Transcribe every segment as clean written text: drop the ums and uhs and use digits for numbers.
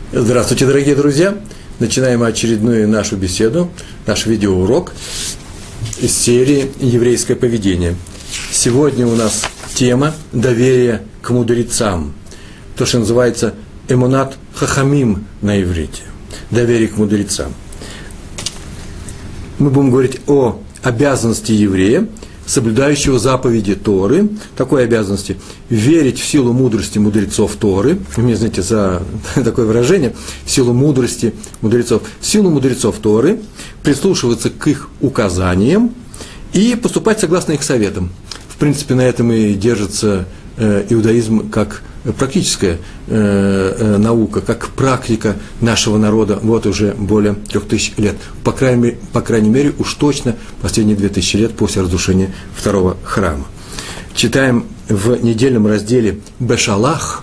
Здравствуйте, дорогие друзья! Начинаем очередную нашу беседу, наш видеоурок из серии «Еврейское поведение». Сегодня у нас тема «Доверие к мудрецам». То, что называется «Эмунат хахамим» на иврите. Доверие к мудрецам. Мы будем говорить о обязанности еврея, соблюдающего заповеди Торы, такой обязанности – верить в силу мудрости мудрецов Торы. Вы мне знаете за такое выражение – в силу мудрости мудрецов. В силу мудрецов Торы прислушиваться к их указаниям и поступать согласно их советам. В принципе, на этом и держится иудаизм как практическая наука, как практика нашего народа вот уже более 3000 лет. По крайней мере, уж точно последние 2000 лет после разрушения второго храма. Читаем в недельном разделе Бешалах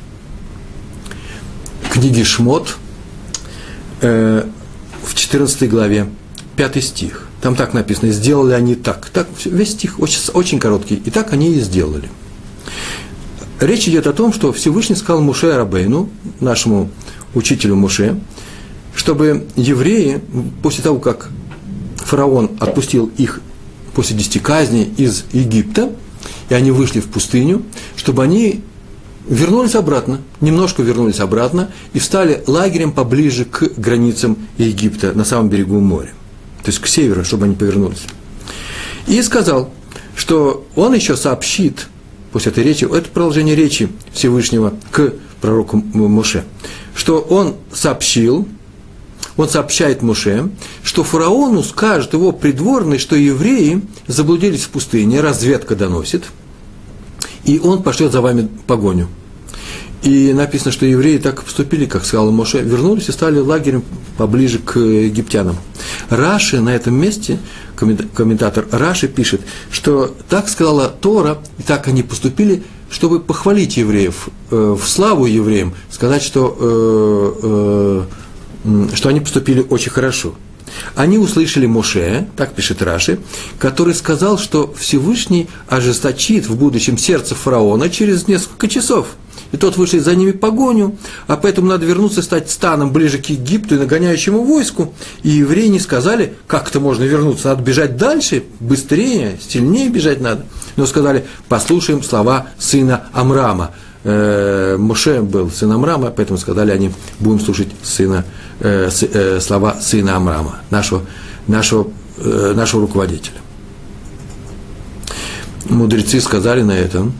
книги Шмот в 14 главе, 5 стих. Там так написано: «Сделали они так». Весь стих очень короткий. И так они и сделали. Речь идет о том, что Всевышний сказал Моше Рабейну, нашему учителю Моше, чтобы евреи, после того, как фараон отпустил их после 10 казней из Египта, и они вышли в пустыню, чтобы они вернулись обратно, немножко вернулись обратно и встали лагерем поближе к границам Египта, на самом берегу моря, то есть к северу, чтобы они повернулись. И сказал, что он еще сообщит, после этой речи, это продолжение речи Всевышнего к пророку Моше, что он сообщает Моше, что фараону скажет его придворный, что евреи заблудились в пустыне, разведка доносит, и он пошлет за вами погоню. И написано, что евреи так поступили, как сказал Моше, вернулись и стали лагерем поближе к египтянам. Раши на этом месте, комментатор Раши пишет, что так сказала Тора, и так они поступили, чтобы похвалить евреев, в славу евреям, сказать, что они поступили очень хорошо. Они услышали Моше, так пишет Раши, который сказал, что Всевышний ожесточит в будущем сердце фараона через несколько часов. И тот вышел за ними погоню, а поэтому надо вернуться и стать станом ближе к Египту и нагоняющему войску. И евреи не сказали, как это можно вернуться, надо бежать дальше, быстрее, сильнее бежать надо. Но сказали, послушаем слова сына Амрама. Моше был сын Амрама, поэтому сказали они, будем слушать слова сына Амрама, нашего руководителя. Мудрецы сказали на этом,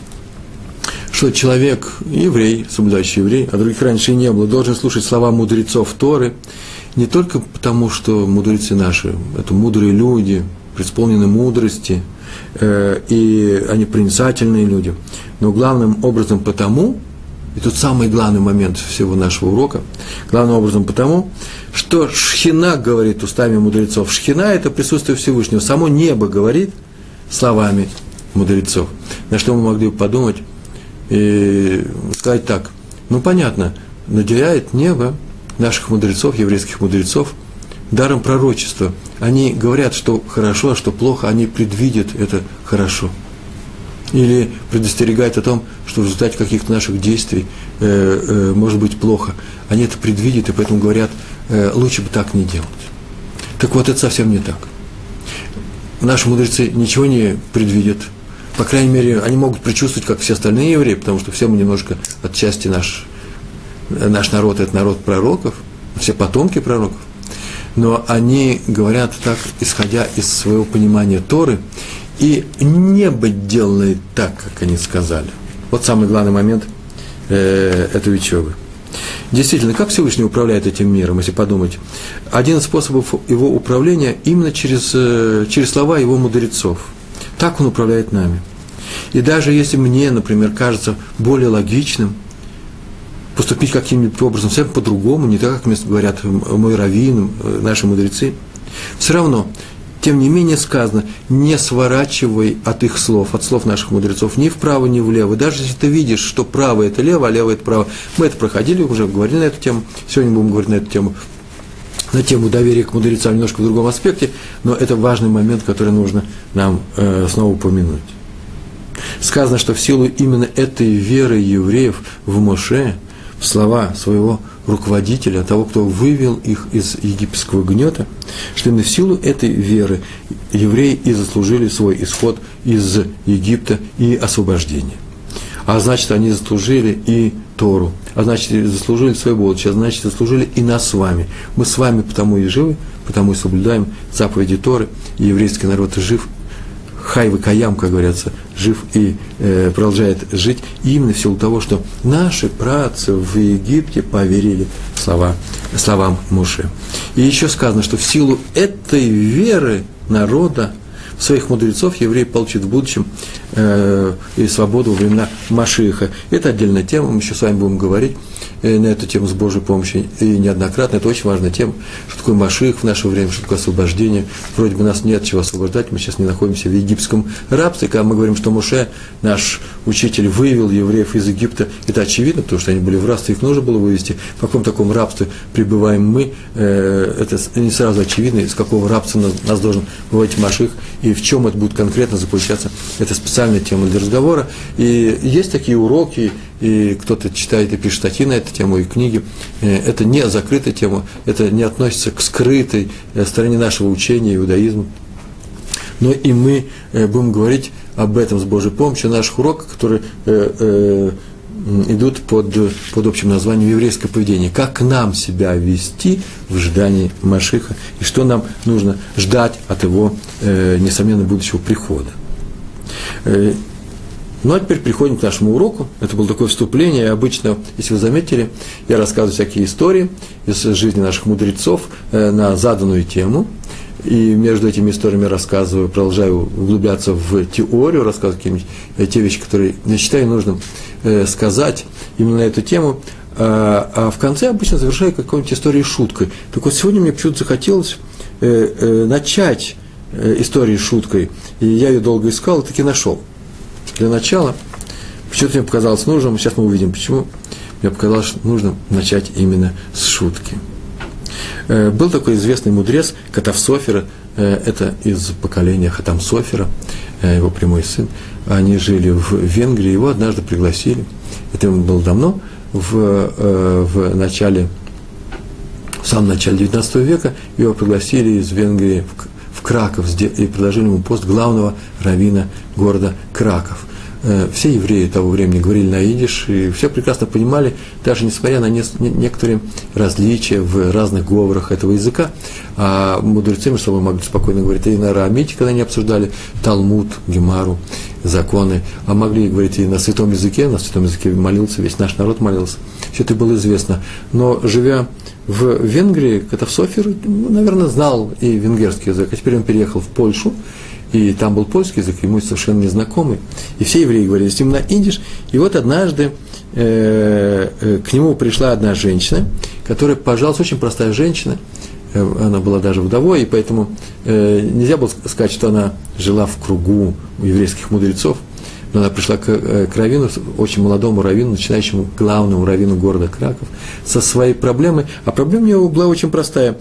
что человек, еврей, соблюдающий еврей, а других раньше и не было, должен слушать слова мудрецов Торы, не только потому, что мудрецы наши – это мудрые люди, преисполнены мудрости, и они проницательные люди, но главным образом потому, и тут самый главный момент всего нашего урока, главным образом потому, что Шхина говорит устами мудрецов. Шхина – это присутствие Всевышнего, само небо говорит словами мудрецов. На что мы могли бы подумать и сказать так: ну понятно, наделяет небо наших мудрецов, еврейских мудрецов, даром пророчества. Они говорят, что хорошо, а что плохо, они предвидят это хорошо. Или предостерегают о том, что в результате каких-то наших действий может быть плохо. Они это предвидят и поэтому говорят, лучше бы так не делать. Так вот, это совсем не так. Наши мудрецы ничего не предвидят. По крайней мере, они могут предчувствовать, как все остальные евреи, потому что все мы немножко отчасти наш народ – это народ пророков, все потомки пророков. Но они говорят так, исходя из своего понимания Торы, и небо делает так, как они сказали. Вот самый главный момент этой учебы. Действительно, как Всевышний управляет этим миром, если подумать? Один из способов его управления именно через слова его мудрецов. Так он управляет нами. И даже если мне, например, кажется более логичным поступить каким-нибудь образом, совсем по-другому, не так, как мне говорят мой раввин, наши мудрецы, все равно, тем не менее сказано, не сворачивай от их слов, от слов наших мудрецов, ни вправо, ни влево. Даже если ты видишь, что право – это лево, а лево – это право. Мы это проходили, уже говорили на эту тему, сегодня будем говорить на эту тему. На тему доверия к мудрецам немножко в другом аспекте, но это важный момент, который нужно нам снова упомянуть. Сказано, что в силу именно этой веры евреев в Моше, в слова своего руководителя, того, кто вывел их из египетского гнета, что именно в силу этой веры евреи и заслужили свой исход из Египта и освобождение. А значит, они заслужили и Тору, а значит, заслужили свое будущее, а значит, заслужили и нас с вами. Мы с вами потому и живы, потому и соблюдаем заповеди Торы, и еврейский народ жив, хай векаям, как говорится, жив и продолжает жить, именно в силу того, что наши праотцы в Египте поверили словам Моше. И еще сказано, что в силу этой веры народа, своих мудрецов евреи получат в будущем и свободу во времена Машиаха. Это отдельная тема, мы еще с вами будем говорить на эту тему с Божьей помощью и неоднократно. Это очень важная тема, что такое Машиах в наше время, что такое освобождение. Вроде бы нас нет чего освобождать, мы сейчас не находимся в египетском рабстве. Когда мы говорим, что Моше, наш учитель, вывел евреев из Египта, это очевидно, потому что они были в рабстве, их нужно было вывести. В каком таком рабстве пребываем мы, это не сразу очевидно, из какого рабства нас должен выводить Машиах, и в чем это будет конкретно заключаться. Это специальная тема для разговора. И есть такие уроки, и кто-то читает и пишет статьи на эту тему, и книги. Это не закрытая тема, это не относится к скрытой стороне нашего учения, иудаизма. Но и мы будем говорить об этом с Божьей помощью, наших уроках, которые идут под общим названием еврейское поведение. Как нам себя вести в ожидании Машиха, и что нам нужно ждать от его, несомненно, будущего прихода. Ну, а теперь переходим к нашему уроку. Это было такое вступление. И обычно, если вы заметили, я рассказываю всякие истории из жизни наших мудрецов на заданную тему. И между этими историями рассказываю, продолжаю углубляться в теорию, рассказываю какие-нибудь те вещи, которые я считаю нужным сказать именно на эту тему. А в конце обычно завершаю какой-нибудь историей шуткой. Так вот, сегодня мне почему-то захотелось начать историю шуткой. И я ее долго искал и таки нашел. Для начала, почему-то мне показалось нужным, сейчас мы увидим, почему, мне показалось нужным начать именно с шутки. Был такой известный мудрец Катав Софера, это из поколения Хатам Софера, его прямой сын. Они жили в Венгрии, его однажды пригласили, это было давно, в самом начале 19 века, его пригласили из Венгрии в Краков и предложили ему пост главного раввина города Краков. Все евреи того времени говорили на идиш, и все прекрасно понимали, даже несмотря на некоторые различия в разных говорах этого языка, а мудрецы между собой могли спокойно говорить и на арамите, когда они обсуждали Талмуд, Гемару, законы, а могли говорить и на святом языке молился, весь наш народ молился. Все это было известно. Но, живя в Венгрии, Катав Софер, наверное, знал и венгерский язык, а теперь он переехал в Польшу, и там был польский язык, ему совершенно незнакомый. И все евреи говорили с ним на идиш. И вот однажды к нему пришла одна женщина, которая, пожалуйста, очень простая женщина, она была даже вдовой, и поэтому нельзя было сказать, что она жила в кругу еврейских мудрецов, но она пришла к раввину, очень молодому раввину, начинающему главному раввину города Краков, со своей проблемой. А проблема у нее была очень простая.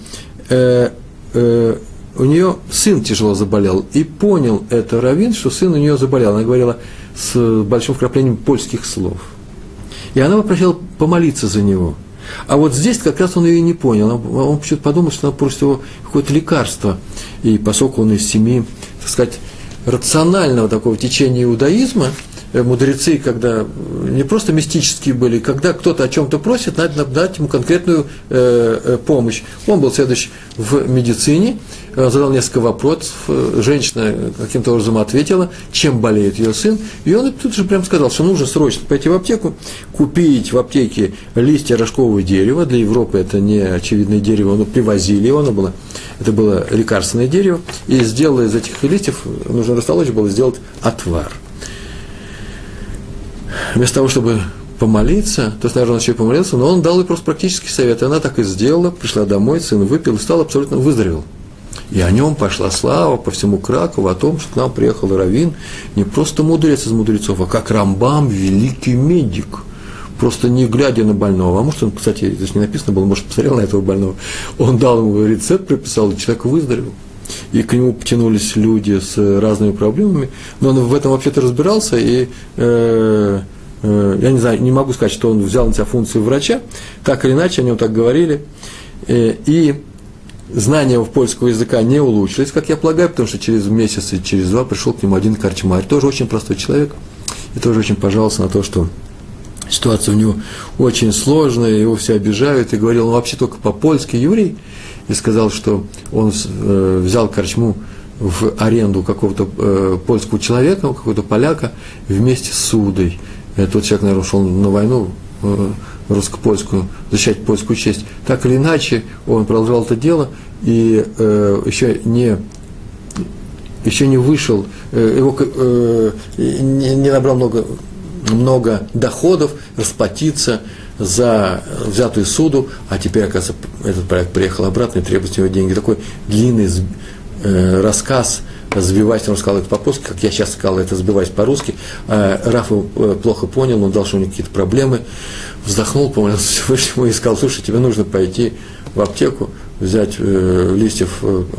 У нее сын тяжело заболел, и понял это раввин, что сын у нее заболел. Она говорила с большим вкраплением польских слов. И она попросила помолиться за него. А вот здесь как раз он ее и не понял. Он почему-то подумал, что она просит его какое-то лекарство. И поскольку он из семьи, так сказать, рационального такого течения иудаизма, мудрецы, когда не просто мистические были, когда кто-то о чем-то просит, надо дать ему конкретную помощь. Он был следующий в медицине, задал несколько вопросов, женщина каким-то образом ответила, чем болеет ее сын, и он тут же прямо сказал, что нужно срочно пойти в аптеку, купить в аптеке листья рожкового дерева, для Европы это не очевидное дерево, но привозили его, это было лекарственное дерево, и сделала из этих листьев, нужно растолочь было сделать отвар. Вместо того, чтобы помолиться, то есть, наверное, он еще и помолился, но он дал ей просто практический совет, и она так и сделала, пришла домой, сын выпил и стал абсолютно выздоровел. И о нем пошла слава по всему Кракову, о том, что к нам приехал раввин, не просто мудрец из мудрецов, а как Рамбам, великий медик, просто не глядя на больного. А может, он, кстати, здесь не написано было, может, посмотрел на этого больного, он дал ему рецепт, прописал, и человек выздоровел. И к нему потянулись люди с разными проблемами, но он в этом вообще-то разбирался, и я не знаю, не могу сказать, что он взял на себя функцию врача, так или иначе, о нем так говорили, и знания его польского языка не улучшились, как я полагаю, потому что через месяц и через два пришел к нему один корчмарь, тоже очень простой человек, и тоже очень пожаловался на то, что ситуация у него очень сложная, его все обижают, и говорил, он вообще только по-польски еврей, и сказал, что он взял корчму в аренду какого-то польского человека, какого-то поляка, вместе с Судой. Тот человек, наверное, ушел на войну русско-польскую, защищать польскую честь. Так или иначе, он продолжал это дело, и еще не вышел, его не набрал много доходов, расплатиться за взятую суду, а теперь, оказывается, этот проект приехал обратно и требует с него деньги. Такой длинный рассказ, сбиваясь, он рассказал это по-польски, как я сейчас сказал, это сбиваясь по-русски. Раф его плохо понял, он дал, что у него какие-то проблемы, вздохнул, помолился Всевышнему и сказал, слушай, тебе нужно пойти в аптеку, взять листьев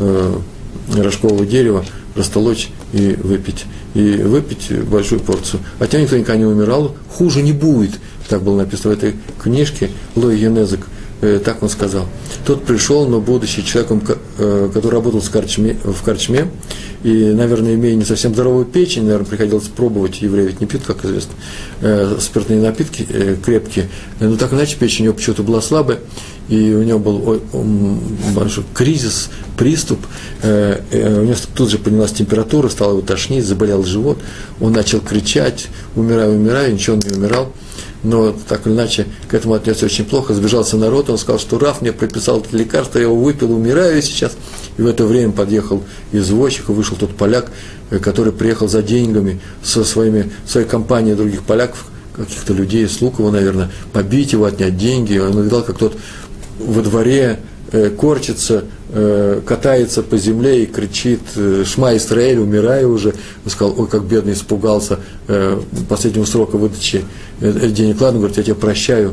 рожкового дерева, растолочь и выпить большую порцию. А тебя никто никогда не умирал, хуже не будет. Так было написано в этой книжке Лой Енезек, так он сказал. Тот пришел, но будучи человеком, который работал в корчме, и, наверное, имея не совсем здоровую печень, наверное, приходилось пробовать, евреи ведь не пьют, как известно, спиртные напитки крепкие, но так иначе печень у него почему-то была слабая, и у него был большой кризис, приступ, у него тут же поднялась температура, стало его тошнить, заболел живот, он начал кричать, умираю, ничего он не умирал, но так или иначе к этому отнесся очень плохо, сбежался народ, он сказал, что Раф мне прописал это лекарство, я его выпил, умираю сейчас, и в это время подъехал извозчик, и вышел тот поляк, который приехал за деньгами со своей компанией других поляков, каких-то людей, слуг его, наверное, побить его, отнять деньги, он увидел, как тот во дворе корчится, катается по земле и кричит «Шма Исраэль, умираю уже». Он сказал, ой, как бедный, испугался последнего срока выдачи денег. Ладно, говорит, я тебя прощаю,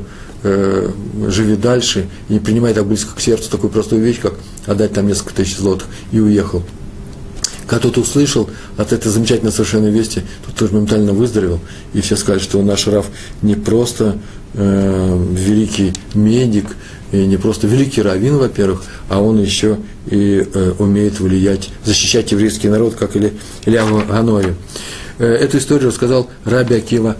живи дальше, и не принимай так близко к сердцу такую простую вещь, как отдать там несколько тысяч злотых, и уехал. Когда тот услышал от этой замечательной совершенной вести, тот тоже моментально выздоровел, и все сказали, что наш Раф не просто великий медик, и не просто великий раввин, во-первых, а он еще и умеет влиять, защищать еврейский народ, как Илья Ганови. Эту историю рассказал Раби Акива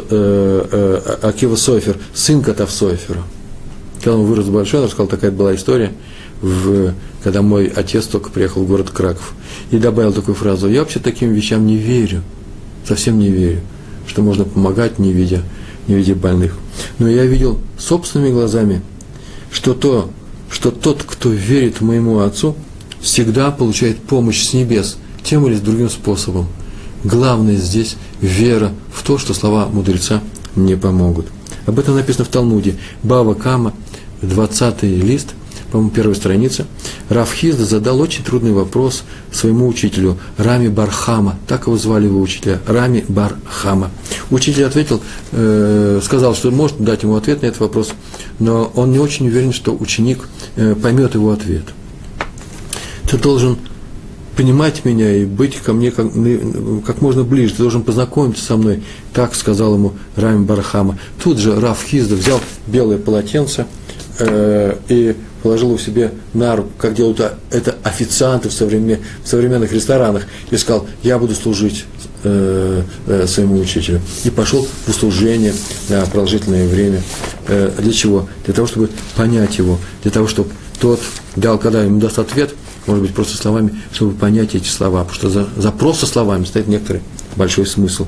Сойфер, сын Катав Сойфера. Когда он вырос большой, он рассказал, такая была история, когда мой отец только приехал в город Краков. И добавил такую фразу: я вообще таким вещам не верю, совсем не верю, что можно помогать, не видя больных. Но я видел собственными глазами, что тот, кто верит моему отцу, всегда получает помощь с небес, тем или другим способом. Главное здесь вера в то, что слова мудреца не помогут. Об этом написано в Талмуде. Бава Кама, 20-й лист, по-моему, первая страница. Рав Хизда задал очень трудный вопрос своему учителю, Рами бар Хама, так его звали его учителя, Рами бар Хама. Учитель ответил, сказал, что может дать ему ответ на этот вопрос, но он не очень уверен, что ученик поймет его ответ. Ты должен понимать меня и быть ко мне как можно ближе, ты должен познакомиться со мной, так сказал ему Рами бар Хама. Тут же Рав Хизда взял белое полотенце и положил его себе на руку, как делают это официанты в современных ресторанах, и сказал: я буду служить своему учителю. И пошел в служение на продолжительное время. Для чего? Для того, чтобы понять его, для того, чтобы тот дал, когда ему даст ответ, может быть, просто словами, чтобы понять эти слова, потому что за просто словами стоит некоторый большой смысл.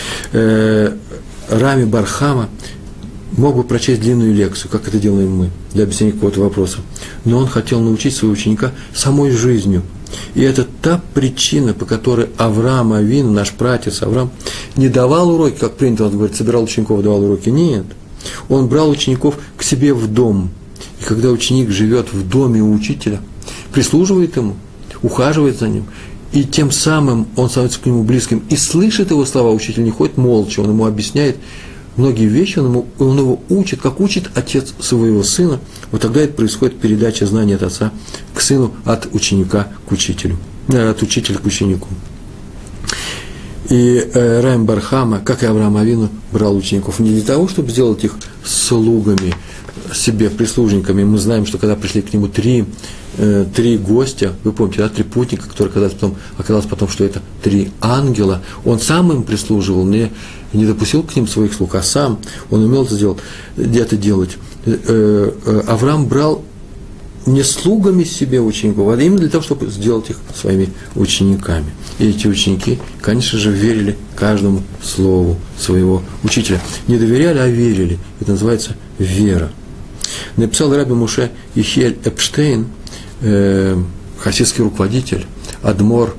Рами бар Хама мог бы прочесть длинную лекцию, как это делаем мы, для объяснения какого-то вопроса. Но он хотел научить своего ученика самой жизнью. И это та причина, по которой Авраам Авину, наш пратец Авраам, не давал уроки, как принято, он говорит, собирал учеников, давал уроки. Нет. Он брал учеников к себе в дом. И когда ученик живет в доме у учителя, прислуживает ему, ухаживает за ним, и тем самым он становится к нему близким и слышит его слова, учитель не ходит молча, он ему объясняет многие вещи, он его учит, как учит отец своего сына. Вот тогда это происходит передача знаний от отца к сыну, от ученика к учителю, от учителя к ученику. И Раим бар Хама, как и Авраам Авину, брал учеников не для того, чтобы сделать их слугами, себе прислужниками. Мы знаем, что когда пришли к нему три гостя, вы помните, да, 3 путника, которые оказалось потом, что это 3 ангела, он сам им прислуживал, не допустил к ним своих слуг, а сам он умел это делать. Авраам брал не слугами себе учеников, а именно для того, чтобы сделать их своими учениками. И эти ученики, конечно же, верили каждому слову своего учителя. Не доверяли, а верили. Это называется вера. Написал Раби Моше Ихель Эпштейн, хасидский руководитель, адмор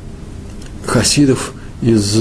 хасидов из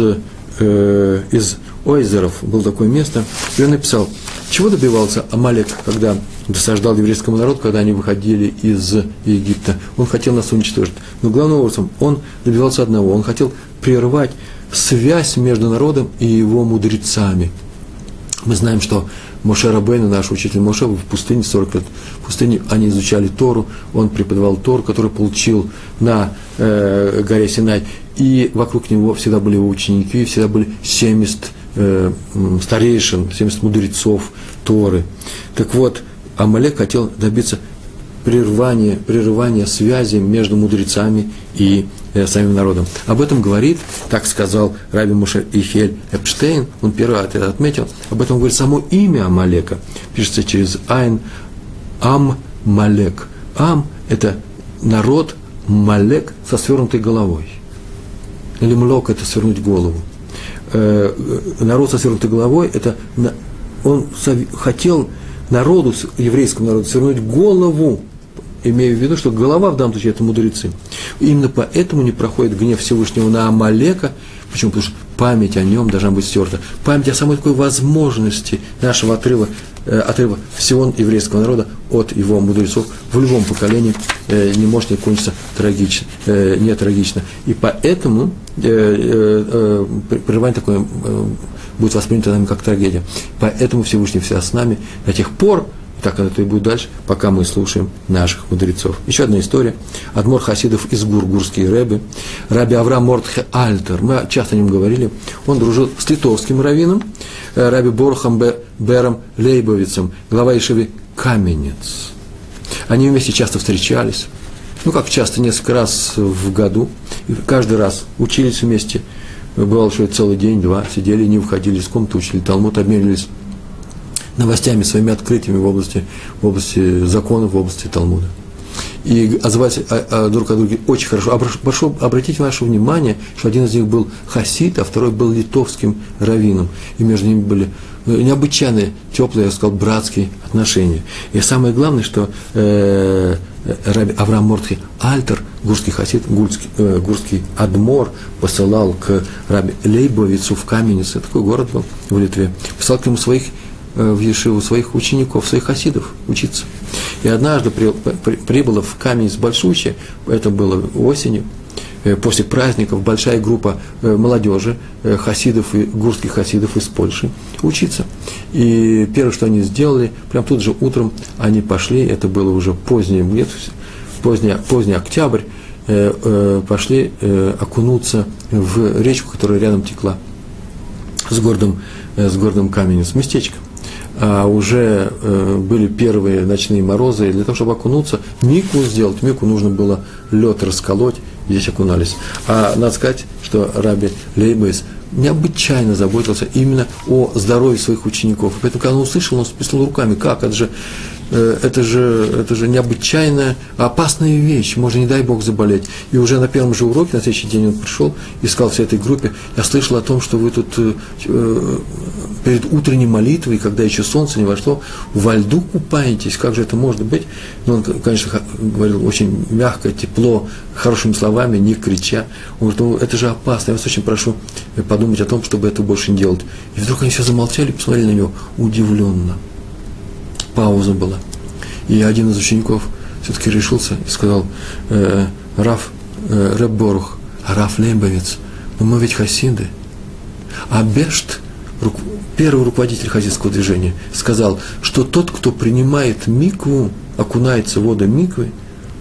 Ойзеров, было такое место, и он написал, чего добивался Амалек, когда досаждал еврейскому народу, когда они выходили из Египта. Он хотел нас уничтожить. Но главным образом он добивался одного. Он хотел прервать связь между народом и его мудрецами. Мы знаем, что Моше Рабейну, наш учитель Моше, в пустыне 40 лет. В пустыне они изучали Тору, он преподавал Тору, которую получил на горе Синай. И вокруг него всегда были его ученики, всегда были 70 старейшин, 70 мудрецов Торы. Так вот, Амалек хотел добиться прерывания связи между мудрецами и самим народом. Об этом говорит, так сказал Раби Моше Ихель Эпштейн, он первый это отметил, об этом говорит само имя Амалека, пишется через Айн, Ам-Малек. Ам – это народ, Малек со свернутой головой. Или млок – это свернуть голову. Народ со свернутой головой – это он хотел народу, еврейскому народу, свернуть голову, имея в виду, что голова в данном случае – это мудрецы. Именно поэтому не проходит гнев Всевышнего на Амалека. Почему? Потому что память о нем должна быть стерта. Память о самой такой возможности нашего отрыва всего еврейского народа от его мудрецов в любом поколении не может не кончиться не трагично. И поэтому прерывание такое будет воспринято нами как трагедия. Поэтому Всевышний всегда с нами до тех пор, и так это и будет дальше, пока мы слушаем наших мудрецов. Еще одна история. Адмор хасидов из гурские рэбби. Раби Авраам Мордхе Альтер. Мы часто о нем говорили. Он дружил с литовским раввином, Раби Борухом Бером Лейбовицем, глава Ешивы Каменец. Они вместе часто встречались. Как часто, несколько раз в году. И каждый раз учились вместе. Бывало, что целый день, 2 сидели, не выходили из комнаты, учили Талмуд, обменивались новостями, своими открытиями в области законов, в области Талмуда. И отзывались друг о друге очень хорошо. Прошу обратить ваше внимание, что один из них был хасид, а второй был литовским раввином. И между ними были необычайные, теплые, я бы сказал, братские отношения. И самое главное, что Раби Авраам Мордхе Альтер, гурский хасид, гурский адмор, посылал к Раби Лейбовицу в Каменец, такой город был в Литве, посылал к нему в Ешиву своих учеников, своих хасидов учиться. И однажды прибыла в Каменец большущая, это было осенью, после праздников, большая группа молодежи, хасидов и гурских хасидов из Польши учиться. И первое, что они сделали, прям тут же утром они пошли, это было уже поздний октябрь, пошли окунуться в речку, которая рядом текла с городом Каменец, местечко. А уже были первые ночные морозы, и для того, чтобы окунуться, микву сделать, нужно было лед расколоть, здесь окунались. А надо сказать, что Раби Лейбовиц необычайно заботился именно о здоровье своих учеников. И поэтому, когда он услышал, он сплеснул руками, как, это же необычайно опасная вещь, можно, не дай Бог, заболеть. И уже на первом же уроке, на следующий день он пришел и сказал всей этой группе: я слышал о том, что вы тут перед утренней молитвой, когда еще солнце не вошло, во льду купаетесь, как же это может быть? Но он, конечно, говорил очень мягко, тепло, хорошими словами, не крича. Он говорит: это же опасно, я вас очень прошу подумать о том, чтобы это больше не делать. И вдруг они все замолчали, посмотрели на него удивленно. Пауза была. И один из учеников все-таки решился и сказал: Реб Борух, Раф Лейбовиц, но мы ведь хасиды. А Бешт, первый руководитель хасидского движения, сказал, что тот, кто принимает микву, окунается в воду миквы,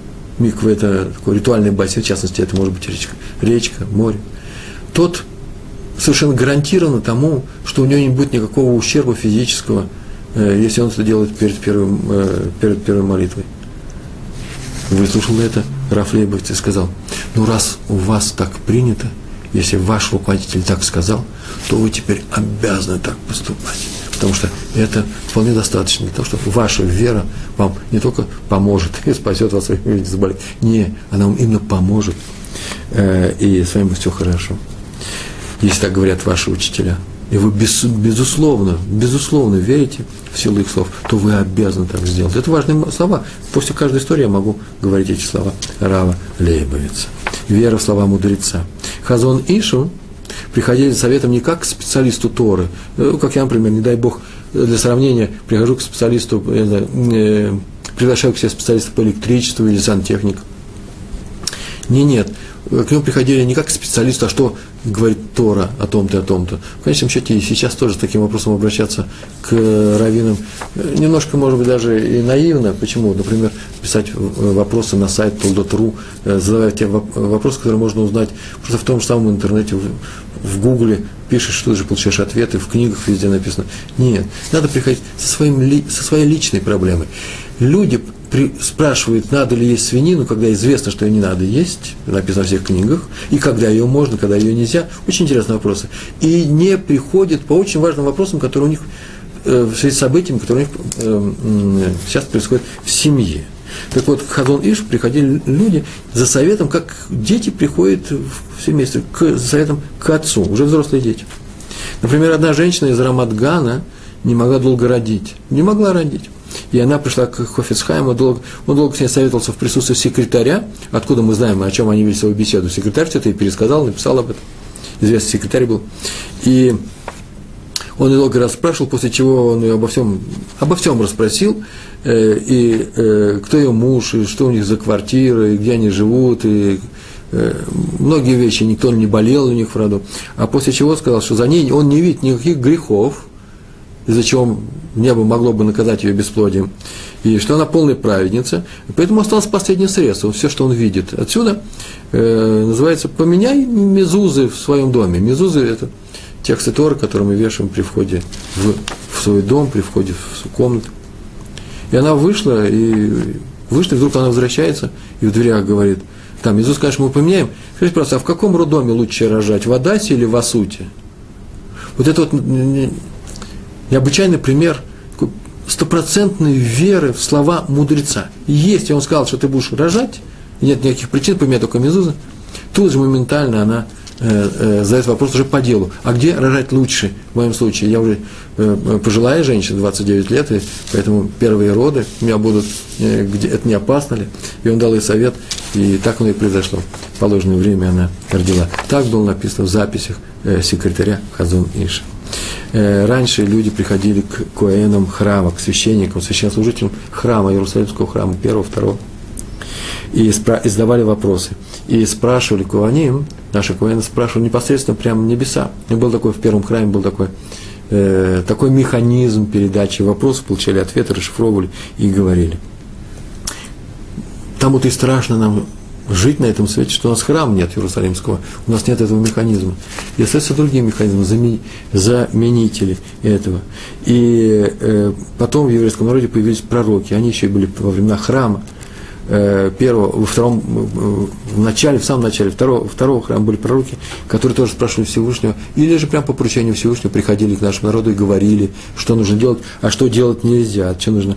миква – это такой ритуальный бассейн, в частности, это может быть речка, море, тот совершенно гарантированно тому, что у него не будет никакого ущерба физического, если он это делает перед первой молитвой. Выслушал это Рав Лейбовиц и сказал: ну раз у вас так принято, если ваш руководитель так сказал, то вы теперь обязаны так поступать. Потому что это вполне достаточно для того, чтобы ваша вера вам не только поможет и спасет вас, если вы заболеете. Не, она вам именно поможет, и с вами будет все хорошо. Если так говорят ваши учителя, и вы безусловно верите в силу их слов, то вы обязаны так сделать. Это важные слова. После каждой истории я могу говорить эти слова Рава Лейбовица. Вера в слова мудреца. Хазон Ишу приходили за советом не как к специалисту Торы, как я, например, не дай Бог, для сравнения, прихожу к специалисту, приглашаю к себе специалиста по электричеству или сантехнику. Нет. К нему приходили не как к специалисту, а что говорит Тора о том-то и о том-то. В конечном счете и сейчас тоже с таким вопросом обращаться к раввинам немножко, может быть, даже и наивно. Почему? Например, писать вопросы на сайт Толдот.ру, задавать те вопросы, которые можно узнать просто в том же самом интернете, в Гугле, пишешь, что ты же получаешь ответы, в книгах везде написано. Нет, надо приходить со своей личной проблемой. Люди спрашивают, надо ли есть свинину, когда известно, что ее не надо есть, написано во всех книгах, и когда ее можно, когда ее нельзя. Очень интересные вопросы. И не приходят по очень важным вопросам, которые у них в связи с событиями, которые у них сейчас происходят в семье. Так вот, к Хазон Ишу приходили люди за советом, как дети приходят все вместе, за советом к отцу, уже взрослые дети. Например, одна женщина из Рамат-Гана не могла долго родить, не могла родить. И она пришла к Хофец Хаиму, он долго с ней советовался в присутствии секретаря, откуда мы знаем, о чем они вели свою беседу. Секретарь все это и пересказал, написал об этом. Известный секретарь был. И он ее долго расспрашивал, после чего он ее обо всем расспросил, и кто ее муж, и что у них за квартира, и где они живут, и многие вещи, никто не болел у них в роду. А после чего сказал, что за ней он не видит никаких грехов, из-за чего небо могло бы наказать ее бесплодием, и что она полная праведница, поэтому осталось последнее средство, все, что он видит. Отсюда называется «поменяй мезузы в своем доме». Мезузы – это тексты Торы, которые мы вешаем при входе в свой дом, при входе в свою комнату. И она вышла, и вдруг она возвращается, и в дверях говорит, там, Иисус, конечно, мы поменяем. Скажите, просто, а в каком роддоме лучше рожать, в Адасе или в Асуте? Вот это вот необычайный пример стопроцентной веры в слова мудреца. Если он сказал, что ты будешь рожать, и нет никаких причин, поменять только мезузы, тут же моментально она задает вопрос уже по делу. А где рожать лучше? В моем случае я уже пожилая женщина, 29 лет, и поэтому первые роды у меня будут, где это не опасно ли? И он дал ей совет, и так оно и произошло. В положенное время она родила. Так было написано в записях секретаря Хазон Иша. Раньше люди приходили к коэнам храма, к священникам, священнослужителям храма, Иерусалимского храма, первого, второго, и задавали вопросы. И спрашивали коэним, наши коэны спрашивали непосредственно прямо небеса. И был такой, в первом храме был такой механизм передачи вопросов, получали ответы, расшифровывали и говорили. Там вот и страшно нам жить на этом свете, что у нас храма нет Иерусалимского, у нас нет этого механизма. И остаются другие механизмы, заменители этого. И потом в еврейском народе появились пророки, они еще и были во времена храма. В самом начале второго храма были пророки, которые тоже спрашивали Всевышнего, или же прямо по поручению Всевышнего приходили к нашему народу и говорили, что нужно делать, а что делать нельзя, от каких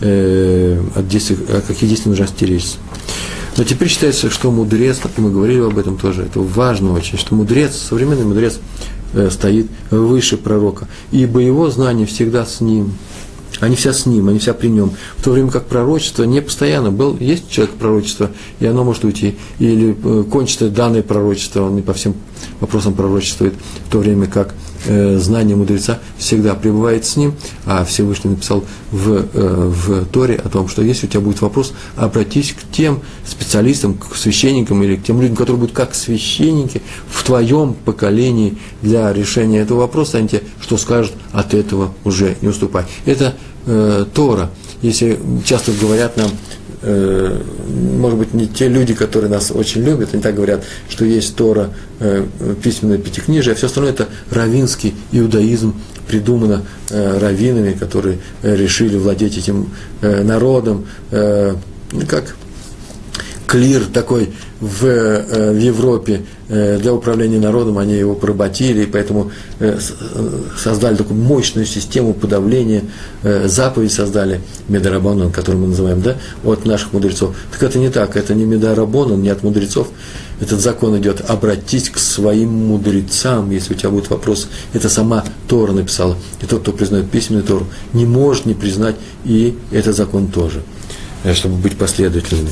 действий нужно остеречься. Но теперь считается, что мудрец, и мы говорили об этом тоже, это важно очень, что мудрец, современный мудрец стоит выше пророка, ибо его знания всегда с ним. Они вся с ним, они вся при нем. В то время как пророчество не постоянно. Есть человек пророчества, и оно может уйти. Или кончится данное пророчество, он не по всем вопросам пророчествует. В то время как знание мудреца всегда пребывает с ним. А Всевышний написал в Торе о том, что если у тебя будет вопрос, обратись к тем специалистам, к священникам или к тем людям, которые будут как священники в твоем поколении для решения этого вопроса. Они тебе что скажут, от этого уже не уступай. Это Тора. Если часто говорят нам, может быть, не те люди, которые нас очень любят, они так говорят, что есть Тора, письменное пятикнижие, а все остальное это раввинский иудаизм, придумано раввинами, которые решили владеть этим народом, как клир такой в Европе для управления народом, они его поработили, и поэтому создали такую мощную систему подавления, заповедь создали, Медарабонан, который мы называем, да, от наших мудрецов. Так это не так, это не Медарабонан, не от мудрецов. Этот закон идет: обратись к своим мудрецам, если у тебя будет вопрос. Это сама Тора написала. И тот, кто признает письменную Тору, не может не признать и этот закон тоже, чтобы быть последовательными.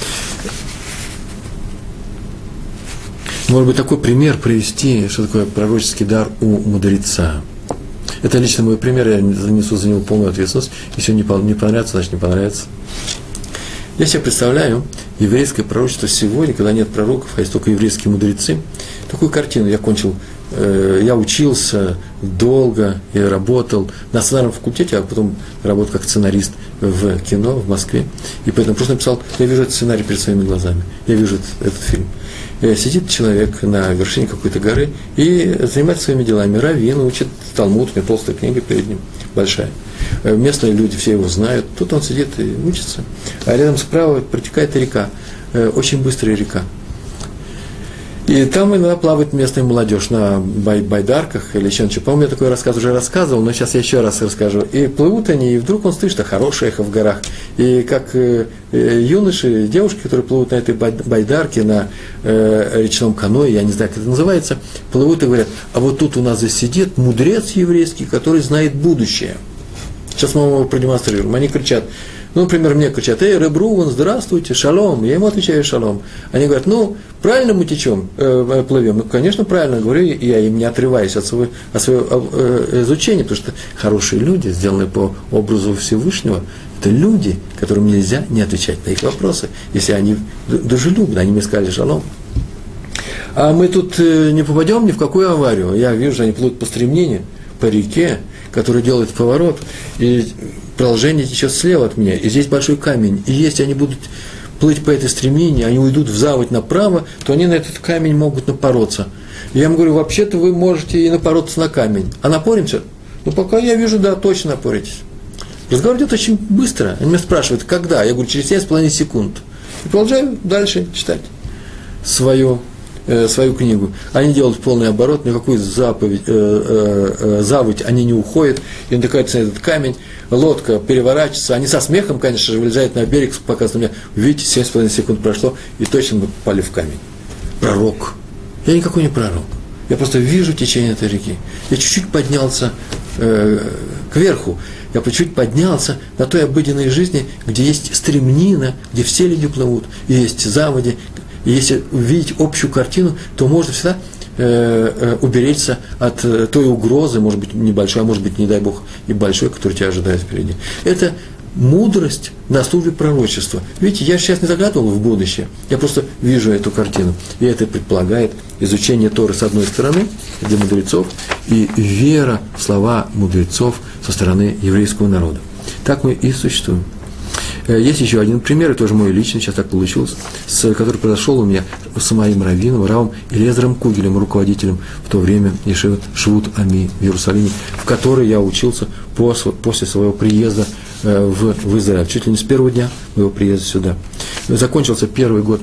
Может быть, такой пример привести, что такое пророческий дар у мудреца. Это лично мой пример, я несу за него полную ответственность. Если он не понравится, значит не понравится. Я себе представляю еврейское пророчество сегодня, когда нет пророков, а есть только еврейские мудрецы. Такую картину я учился долго, я работал на сценарном факультете, а потом работал как сценарист в кино в Москве. И поэтому просто написал: я вижу этот сценарий перед своими глазами, я вижу этот фильм. Сидит человек на вершине какой-то горы и занимается своими делами. Раввин учит Талмуд, у меня толстая книга перед ним, большая. Местные люди все его знают. Тут он сидит и учится. А рядом справа протекает река, очень быстрая река. И там иногда плавает местная молодежь на байдарках или еще ничего. По-моему, я такой рассказ уже рассказывал, но сейчас я еще раз расскажу. И плывут они, и вдруг он слышит, что хорошее эхо в горах. И как юноши, девушки, которые плывут на этой байдарке, на речном каное, я не знаю, как это называется, плывут и говорят: а вот тут у нас здесь сидит мудрец еврейский, который знает будущее. Сейчас мы его продемонстрируем. Они кричат, например, мне кричат: эй, Реб Рувен, здравствуйте, шалом. Я ему отвечаю: шалом. Они говорят: правильно мы течем, плывем. Конечно, правильно, говорю, и я им не отрываюсь от своего изучения, потому что хорошие люди, сделанные по образу Всевышнего, это люди, которым нельзя не отвечать на их вопросы, если они дружелюбны, они мне сказали шалом. А мы тут не попадем ни в какую аварию. Я вижу, что они плывут по стремнению, по реке, который делает поворот, и продолжение течет слева от меня, и здесь большой камень, и если они будут плыть по этой стремнине, они уйдут в заводь направо, то они на этот камень могут напороться. И я им говорю: вообще-то вы можете и напороться на камень. А напоримся? Пока я вижу, да, точно напоритесь. Разговор идет очень быстро. Они меня спрашивают: когда? Я говорю: через 7,5 секунд. И продолжаю дальше читать свою книгу. Они делают полный оборот, никакую заводь они не уходят, и натыкаются на этот камень, лодка переворачивается, они со смехом, конечно же, вылезают на берег, показывают на меня: видите, 7,5 секунд прошло, и точно мы попали в камень. Пророк. Я никакой не пророк. Я просто вижу течение этой реки. Я чуть-чуть поднялся кверху, я чуть-чуть поднялся на той обыденной жизни, где есть стремнина, где все люди плывут, и есть заводи. И если увидеть общую картину, то можно всегда уберечься от той угрозы, может быть, небольшой, а может быть, не дай Бог, и большой, который тебя ожидает впереди. Это мудрость на службе пророчества. Видите, я сейчас не заглядывал в будущее, я просто вижу эту картину. И это предполагает изучение Торы с одной стороны, для мудрецов, и вера в слова мудрецов со стороны еврейского народа. Так мы и существуем. Есть еще один пример, это тоже мой личный, сейчас так получилось, который произошел у меня с моим раввином, равом Элиэзером Кугелем, руководителем в то время Ешиват Швут Ами в Иерусалиме, в которой я учился после своего приезда в Израиль. Чуть ли не с первого дня моего приезда сюда. Закончился первый год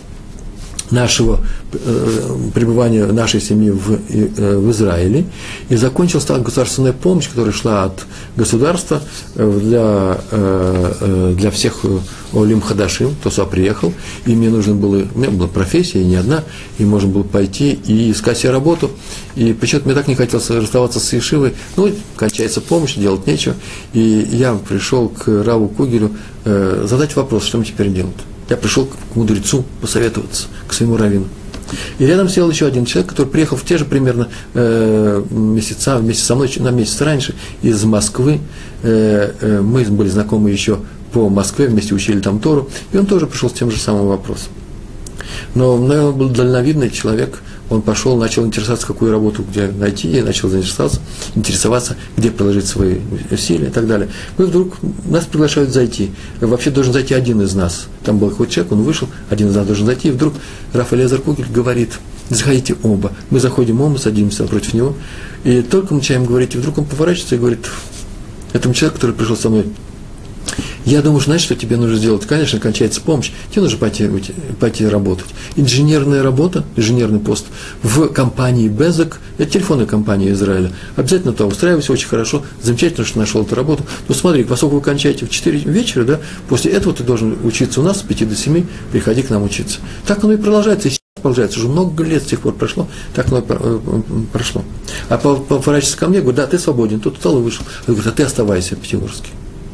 нашего пребывания нашей семьи в Израиле, и закончилась та государственная помощь, которая шла от государства для всех Олим Хадашим, кто сюда приехал, и у меня была профессия, и не одна, и можно было пойти и искать себе работу, и почему-то мне так не хотелось расставаться с Ешивой, кончается помощь, делать нечего, и я пришел к раву Кугелю задать вопрос, что мне теперь делать. Я пришел к мудрецу посоветоваться, к своему раввину. И рядом сел еще один человек, который приехал в те же примерно месяца, вместе со мной, на месяц раньше, из Москвы. Мы были знакомы еще по Москве, вместе учили там Тору, и он тоже пришел с тем же самым вопросом. Но, наверное, он был дальновидный человек, он пошел, начал интересоваться, какую работу где найти, и начал интересоваться, где приложить свои усилия и так далее. Мы вдруг, нас приглашают зайти. Вообще должен зайти один из нас. Там был какой-то человек, он вышел, один из нас должен зайти, и вдруг Раф Элиэзер Кугель говорит: заходите оба. Мы заходим оба, садимся напротив него, и только мы начинаем говорить, и вдруг он поворачивается и говорит этому человеку, который пришел со мной: я думаю, знаешь, что тебе нужно сделать? Конечно, кончается помощь, тебе нужно пойти работать. Инженерная работа, инженерный пост в компании Безек, это телефонная компания Израиля. Обязательно туда устраивайся, очень хорошо, замечательно, что нашел эту работу. Но смотри, поскольку вы кончаете в 4 вечера, да, после этого ты должен учиться у нас с 5 до 7, приходи к нам учиться. Так оно и продолжается, и сейчас продолжается, уже много лет с тех пор прошло, так оно и прошло. А поворачивается ко мне, говорит: да, ты свободен, тут встал и вышел. Он говорит: а ты оставайся в Пятигорске.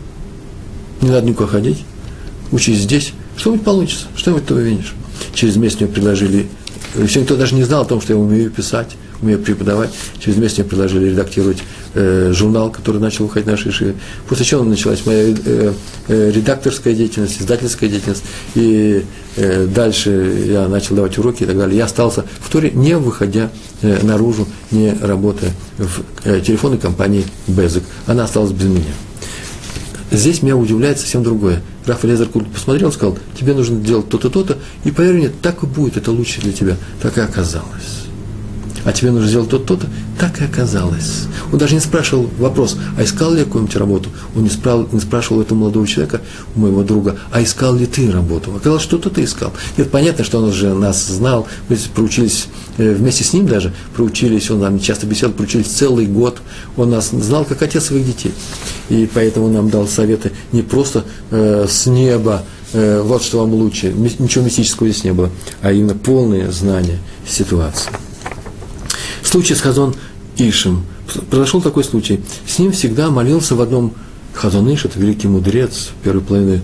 Не надо никуда ходить, учись здесь, что-нибудь получится, что-нибудь ты увидишь. Через месяц мне предложили, еще никто даже не знал о том, что я умею писать, умею преподавать. Через месяц мне предложили редактировать журнал, который начал выходить в нашей шиве. После чего началась моя редакторская деятельность, издательская деятельность, и дальше я начал давать уроки и так далее. Я остался в Торе, не выходя наружу, не работая в телефонной компании Безек. Она осталась без меня. Здесь меня удивляет совсем другое. Раф Элиэзер Кугель посмотрел и сказал: тебе нужно делать то-то, то-то, и поверь мне, так и будет, это лучше для тебя. Так и оказалось. А тебе нужно сделать то-то, то-то, так и оказалось. Он даже не спрашивал вопрос: а искал ли я какую-нибудь работу? Он не спрашивал этого молодого человека, у моего друга: а искал ли ты работу? Оказалось, что-то ты искал. Нет, понятно, что он уже нас знал, мы проучились вместе с ним даже, проучились, он нам часто беседовал, проучились целый год, он нас знал как отец своих детей. И поэтому он нам дал советы не просто с неба, вот что вам лучше, ничего мистического здесь не было, а именно полное знание ситуации. Случай с Хазон Ишем. Произошел такой случай. С ним всегда молился в одном Хазон Иш, это великий мудрец первой половины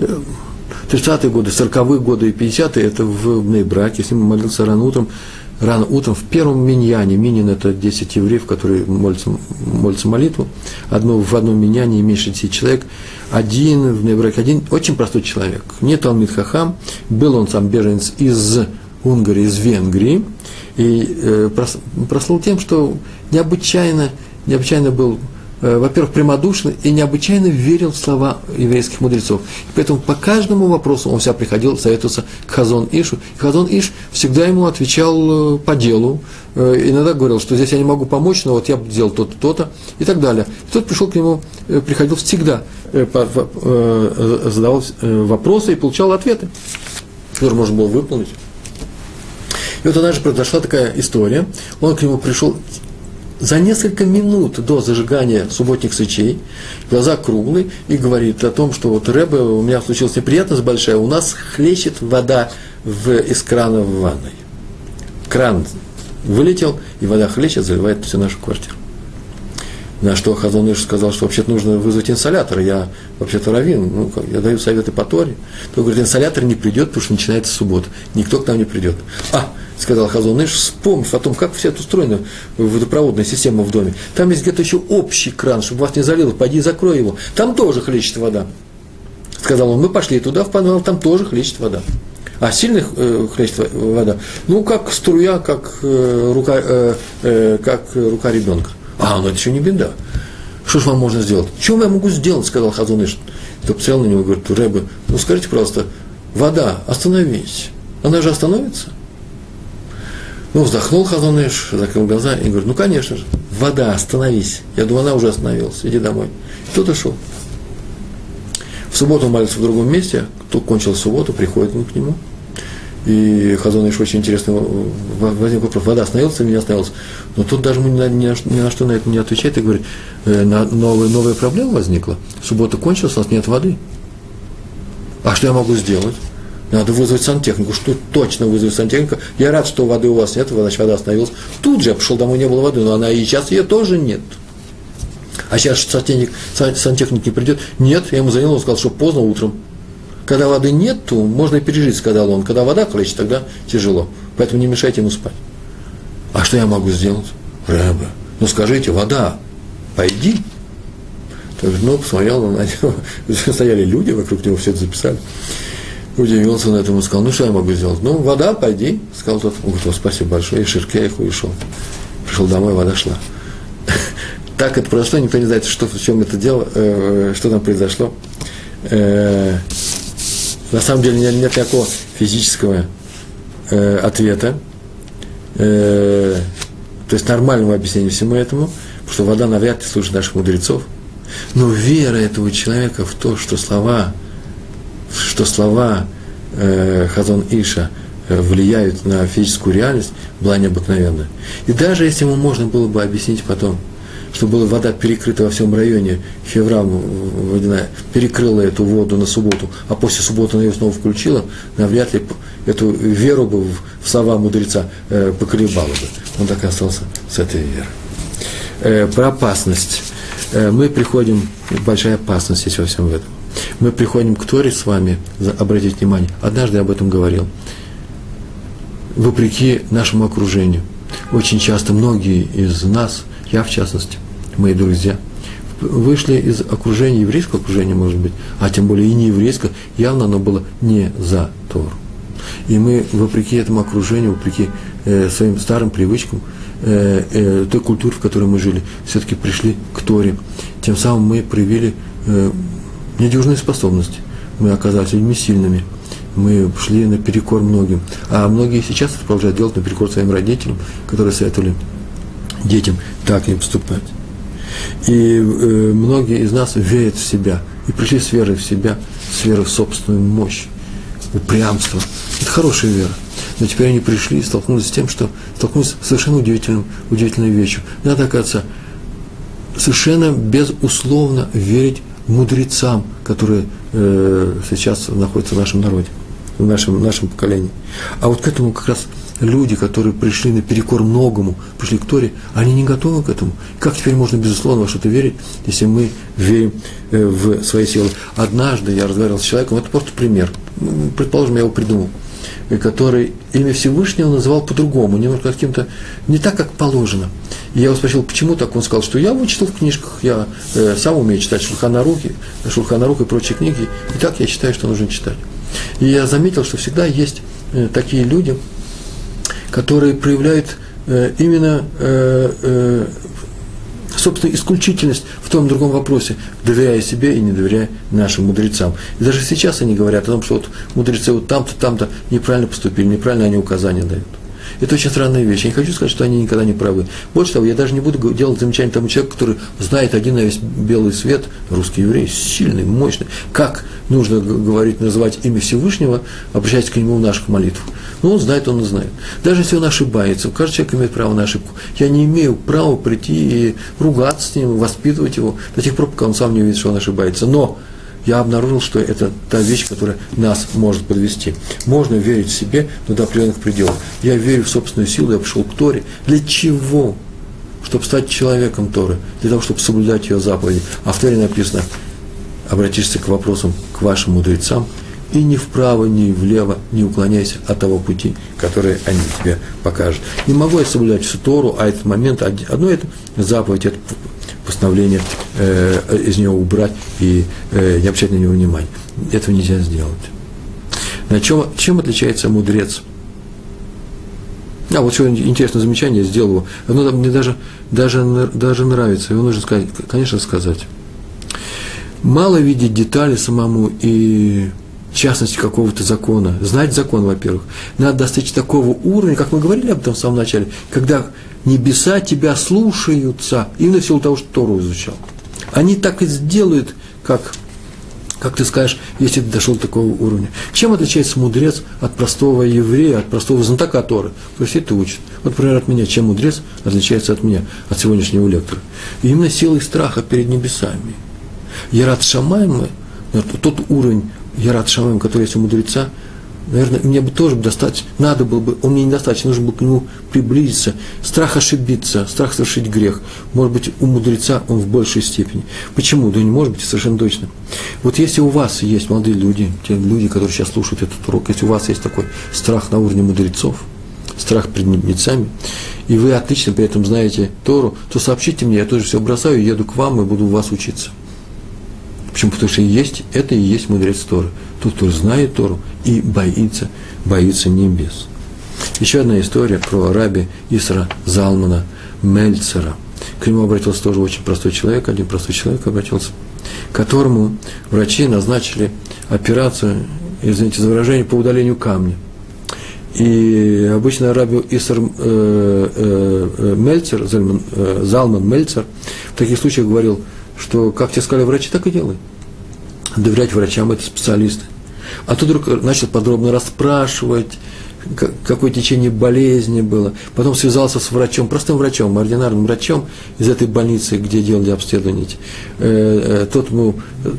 30-е годы, 40-е годы и 50-е, это в Бней-Браке. С ним молился рано утром в первом миньяне. Миньян – это 10 евреев, которые молятся молитву. В одном миньяне не меньше 10 человек. Один в Бней-Браке, один очень простой человек. Не Талмид Хахам. Был он сам беженец из Унгарии, из Венгрии. И прослыл тем, что необычайно был, во-первых, прямодушный и необычайно верил в слова еврейских мудрецов. И поэтому по каждому вопросу он всегда приходил советоваться к Хазон Ишу. И Хазон Иш всегда ему отвечал по делу. Иногда говорил, что здесь я не могу помочь, но вот я сделал то-то, то-то и так далее. И тот пришел к нему, приходил всегда, задавал вопросы и получал ответы, которые можно было выполнить. И вот однажды произошла такая история. Он к нему пришел за несколько минут до зажигания субботних свечей, глаза круглые, и говорит о том, что вот Ребе, у меня случилась неприятность большая, у нас хлещет вода из крана в ванной. Кран вылетел, и вода хлещет, заливает всю нашу квартиру. На что Хазон Иш сказал, что вообще-то нужно вызвать инсолятор. Я вообще-то раввин, я даю советы по Торе. То говорит, инсолятор не придет, потому что начинается суббота. Никто к нам не придет. Сказал Хазон Иш, вспомнив о том, как все это устроено, водопроводная система в доме. Там есть где-то еще общий кран, чтобы вас не залило, пойди и закрой его. Там тоже хлещет вода. Сказал он, мы пошли туда, в подвал, там тоже хлещет вода. А сильно хлещет вода? Как струя, как рука ребенка. Но это еще не беда. Что ж вам можно сделать? Что я могу сделать, сказал Хазон Иш. Тот посмотрел на него и говорит, Ребе, скажите, пожалуйста, вода, остановись. Она же остановится? Вздохнул Хазон Иш, закрыл глаза и говорит, конечно же, вода, остановись. Я думаю, она уже остановилась, иди домой. И тот ушел. В субботу он молится в другом месте, кто кончил субботу, приходит он к нему. И Хазон Иш очень интересно возник вопрос, вода остановилась или не остановилась? Но тут даже ни на что на это не отвечает и говорит, новая проблема возникла. Суббота кончилась, у нас нет воды. А что я могу сделать? Надо вызвать сантехнику. Что точно вызвать сантехника? Я рад, что воды у вас нет, значит, вода остановилась. Тут же я пошел домой, не было воды, но она и сейчас ее тоже нет. А сейчас сантехник не придет? Нет, я ему звонил, он сказал, что поздно утром. Когда воды нету, можно и пережить, сказал он. Когда вода хлещет, тогда тяжело. Поэтому не мешайте ему спать. А что я могу сделать? Ребе, скажите, вода, пойди. Посмотрел на него, стояли люди вокруг него, все это записали. Удивился он этому, сказал, ну что я могу сделать? Ну, вода, пойди, сказал тот. Он говорит, спасибо большое, и Ширкеях ушел. Пришел домой, вода шла. Так это произошло, никто не знает, в чем это дело, что там произошло. На самом деле нет никакого физического ответа, то есть нормального объяснения всему этому, потому что вода навряд ли служит наших мудрецов. Но вера этого человека в то, что слова Хазон Иша влияют на физическую реальность, была необыкновенная. И даже если ему можно было бы объяснить потом, что была вода перекрыта во всем районе, Хеврам водяная перекрыла эту воду на субботу, а после субботы она ее снова включила, навряд ли эту веру бы в слова мудреца поколебала бы. Он так и остался с этой верой. Про опасность. Мы приходим, большая опасность есть во всем этом. Мы приходим к Торе с вами, обратите внимание, однажды я об этом говорил, вопреки нашему окружению. Очень часто многие из нас, я в частности, мои друзья, вышли из окружения, еврейского окружения, может быть, а тем более и не еврейского, явно оно было не за Тору. И мы, вопреки этому окружению, вопреки своим старым привычкам, той культуре, в которой мы жили, все-таки пришли к Торе. Тем самым мы проявили недюжные способности. Мы оказались людьми сильными. Мы шли наперекор многим. А многие сейчас продолжают делать наперекор своим родителям, которые советовали детям так не поступать. И многие из нас верят в себя. И пришли с верой в себя, с верой в собственную мощь, упрямство. Это хорошая вера. Но теперь они пришли и столкнулись с тем, что столкнулись с совершенно удивительной вещью. Надо, оказывается, совершенно безусловно верить мудрецам, которые сейчас находятся в нашем народе, в нашем поколении. А вот к этому как раз люди, которые пришли наперекор многому, пришли к Торе, они не готовы к этому. Как теперь можно безусловно во что-то верить, если мы верим в свои силы? Однажды я разговаривал с человеком, это просто пример, предположим, я его придумал, который имя Всевышнего называл по-другому, немножко каким-то, не так, как положено. И я его спросил, почему так? Он сказал, что я вычитал в книжках, я сам умею читать Шулхан Арух и прочие книги, и так я считаю, что нужно читать. И я заметил, что всегда есть такие люди, которые проявляют именно собственную исключительность в том и другом вопросе, доверяя себе и не доверяя нашим мудрецам. И даже сейчас они говорят о том, что вот мудрецы вот там-то, там-то неправильно поступили, неправильно они указания дают. Это очень странная вещь. Я не хочу сказать, что они никогда не правы. Больше того, я даже не буду делать замечания тому человеку, который знает один на весь белый свет, русский еврей, сильный, мощный, как нужно говорить, называть имя Всевышнего, обращаясь к нему в наших молитвах. Ну, он знает. Даже если он ошибается, каждый человек имеет право на ошибку. Я не имею права прийти и ругаться с ним, воспитывать его до тех пор, пока он сам не увидит, что он ошибается. Но я обнаружил, что это та вещь, которая нас может подвести. Можно верить в себе, но до определенных пределов. Я верю в собственную силу, я пришел к Торе. Для чего? Чтобы стать человеком Торы, для того, чтобы соблюдать ее заповеди. А в Торе написано, обратишься к вопросам к вашим мудрецам, и ни вправо, ни влево не уклоняйся от того пути, который они тебе покажут. Не могу я соблюдать всю Тору, а этот момент, одно это заповедь, это постановление из нее убрать и не обращать на него внимания. Этого нельзя сделать. Чем отличается мудрец? Вот еще интересное замечание, я сделал его. Оно мне даже нравится, его нужно сказать, конечно, сказать. Мало видеть детали самому и частности какого-то закона. Знать закон, во-первых. Надо достичь такого уровня, как мы говорили об этом в самом начале, когда небеса тебя слушаются, именно в силу того, что Тору изучал. Они так и сделают, как ты скажешь, если ты дошел до такого уровня. Чем отличается мудрец от простого еврея, от простого знатока Торы? То есть это учит. Вот, например, от меня. Чем мудрец отличается от меня, от сегодняшнего лектора? И именно силой страха перед небесами. Ярат Шамаим, тот уровень Ярат Шамаим, который есть у мудреца, наверное, мне бы тоже достаточно, надо было бы, он мне недостаточно, нужно было к нему приблизиться. Страх ошибиться, страх совершить грех. Может быть, у мудреца он в большей степени. Почему? Да не может быть, совершенно точно. Вот если у вас есть, молодые люди, те люди, которые сейчас слушают этот урок, если у вас есть такой страх на уровне мудрецов, страх перед небесами, и вы отлично при этом знаете Тору, то сообщите мне, я тоже все бросаю, еду к вам и буду у вас учиться. Почему? Потому что это и есть мудрец Торы. тот, кто знает Тору и боится небес. Еще одна история про раби Исра Залмана Мельцера. К нему обратился тоже очень простой человек, один простой человек обратился, которому врачи назначили операцию, извините за выражение, по удалению камня. И обычно раби Иср Мельцер, Залман Мельцер в таких случаях говорил, что как тебе сказали врачи, так и делай. Доверять врачам – это специалисты. А тут вдруг начал подробно расспрашивать, какое течение болезни было. Потом связался с врачом, простым врачом, ординарным врачом из этой больницы, где делали обследование. Тот ему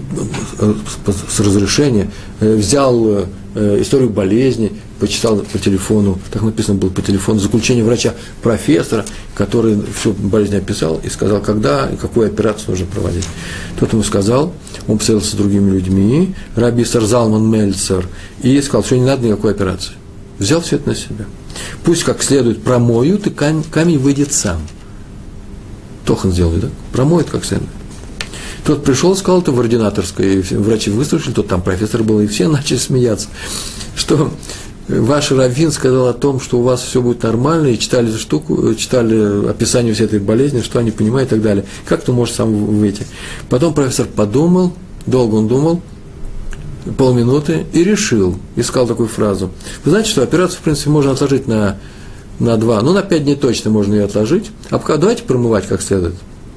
с разрешения взял историю болезни, почитал по телефону, так написано было по телефону, заключение врача-профессора, который всю болезнь описал и сказал, когда и какую операцию нужно проводить. Тот ему сказал, он посоветовался с другими людьми, раби Иср Залман Мельцер, и сказал, что не надо никакой операции. Взял все это на себя. Пусть как следует промоют, и камень выйдет сам. Тохан сделали, да? Промоют как следует. Тот пришел, сказал это в ординаторской, и врачи выслушали, тот там профессор был, и все начали смеяться, что ваш раввин сказал о том, что у вас все будет нормально, и читали эту штуку, читали описание всей этой болезни, что они понимают и так далее. Как ты можешь сам выйти? Потом профессор подумал, долго он думал, полминуты, и решил, и сказал такую фразу. Вы знаете, что операцию, в принципе, можно отложить на 2, на 5 дней точно можно ее отложить, а пока давайте промывать как следует.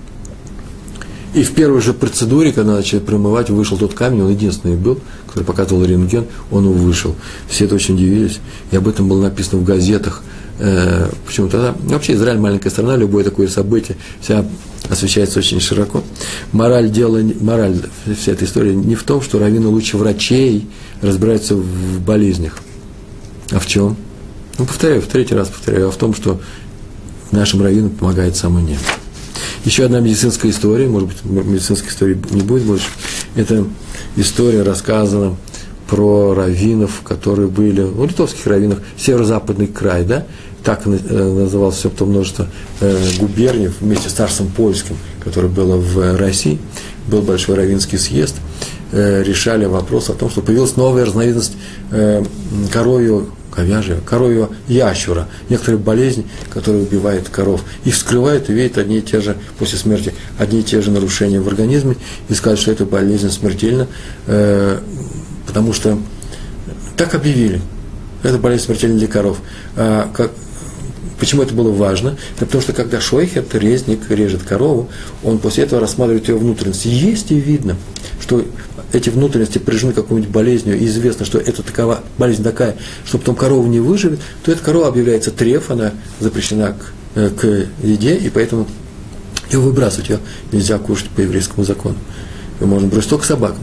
И в первой же процедуре, когда начали промывать, вышел тот камень, он единственный был, который показывал рентген, он вышел. Все это очень удивились, и об этом было написано в газетах. Почему тогда? Вообще Израиль маленькая страна, любое такое событие вся освещается очень широко. Мораль всей этой истории не в том, что раввины лучше врачей разбираются в болезнях. А в чем? Повторяю, в третий раз повторяю, а в том, что нашим раввинам помогает само небо. Еще одна медицинская история, может быть, медицинской истории не будет больше. Это история рассказана про раввинов, которые были, литовских раввинов, северо-западный край, да, так называлось все то множество губерний вместе с царством польским, которое было в России, был большой раввинский съезд, решали вопрос о том, что появилась новая разновидность коровьего ящура, некоторые болезни, которые убивают коров. Их вскрывают и видят одни и те же, после смерти, одни и те же нарушения в организме, и сказать, что эта болезнь смертельна, потому что так объявили. Это болезнь смертельна для коров. Почему это было важно? Это потому что когда шойхет, резник, режет корову, он после этого рассматривает ее внутренности. Есть и видно, что эти внутренности поражены какой-нибудь болезнью, и известно, что это болезнь такая, что потом корова не выживет, то эта корова объявляется треф, она запрещена к еде, и поэтому ее выбрасывать, ее нельзя кушать по еврейскому закону. Ее можно бросить только собакам.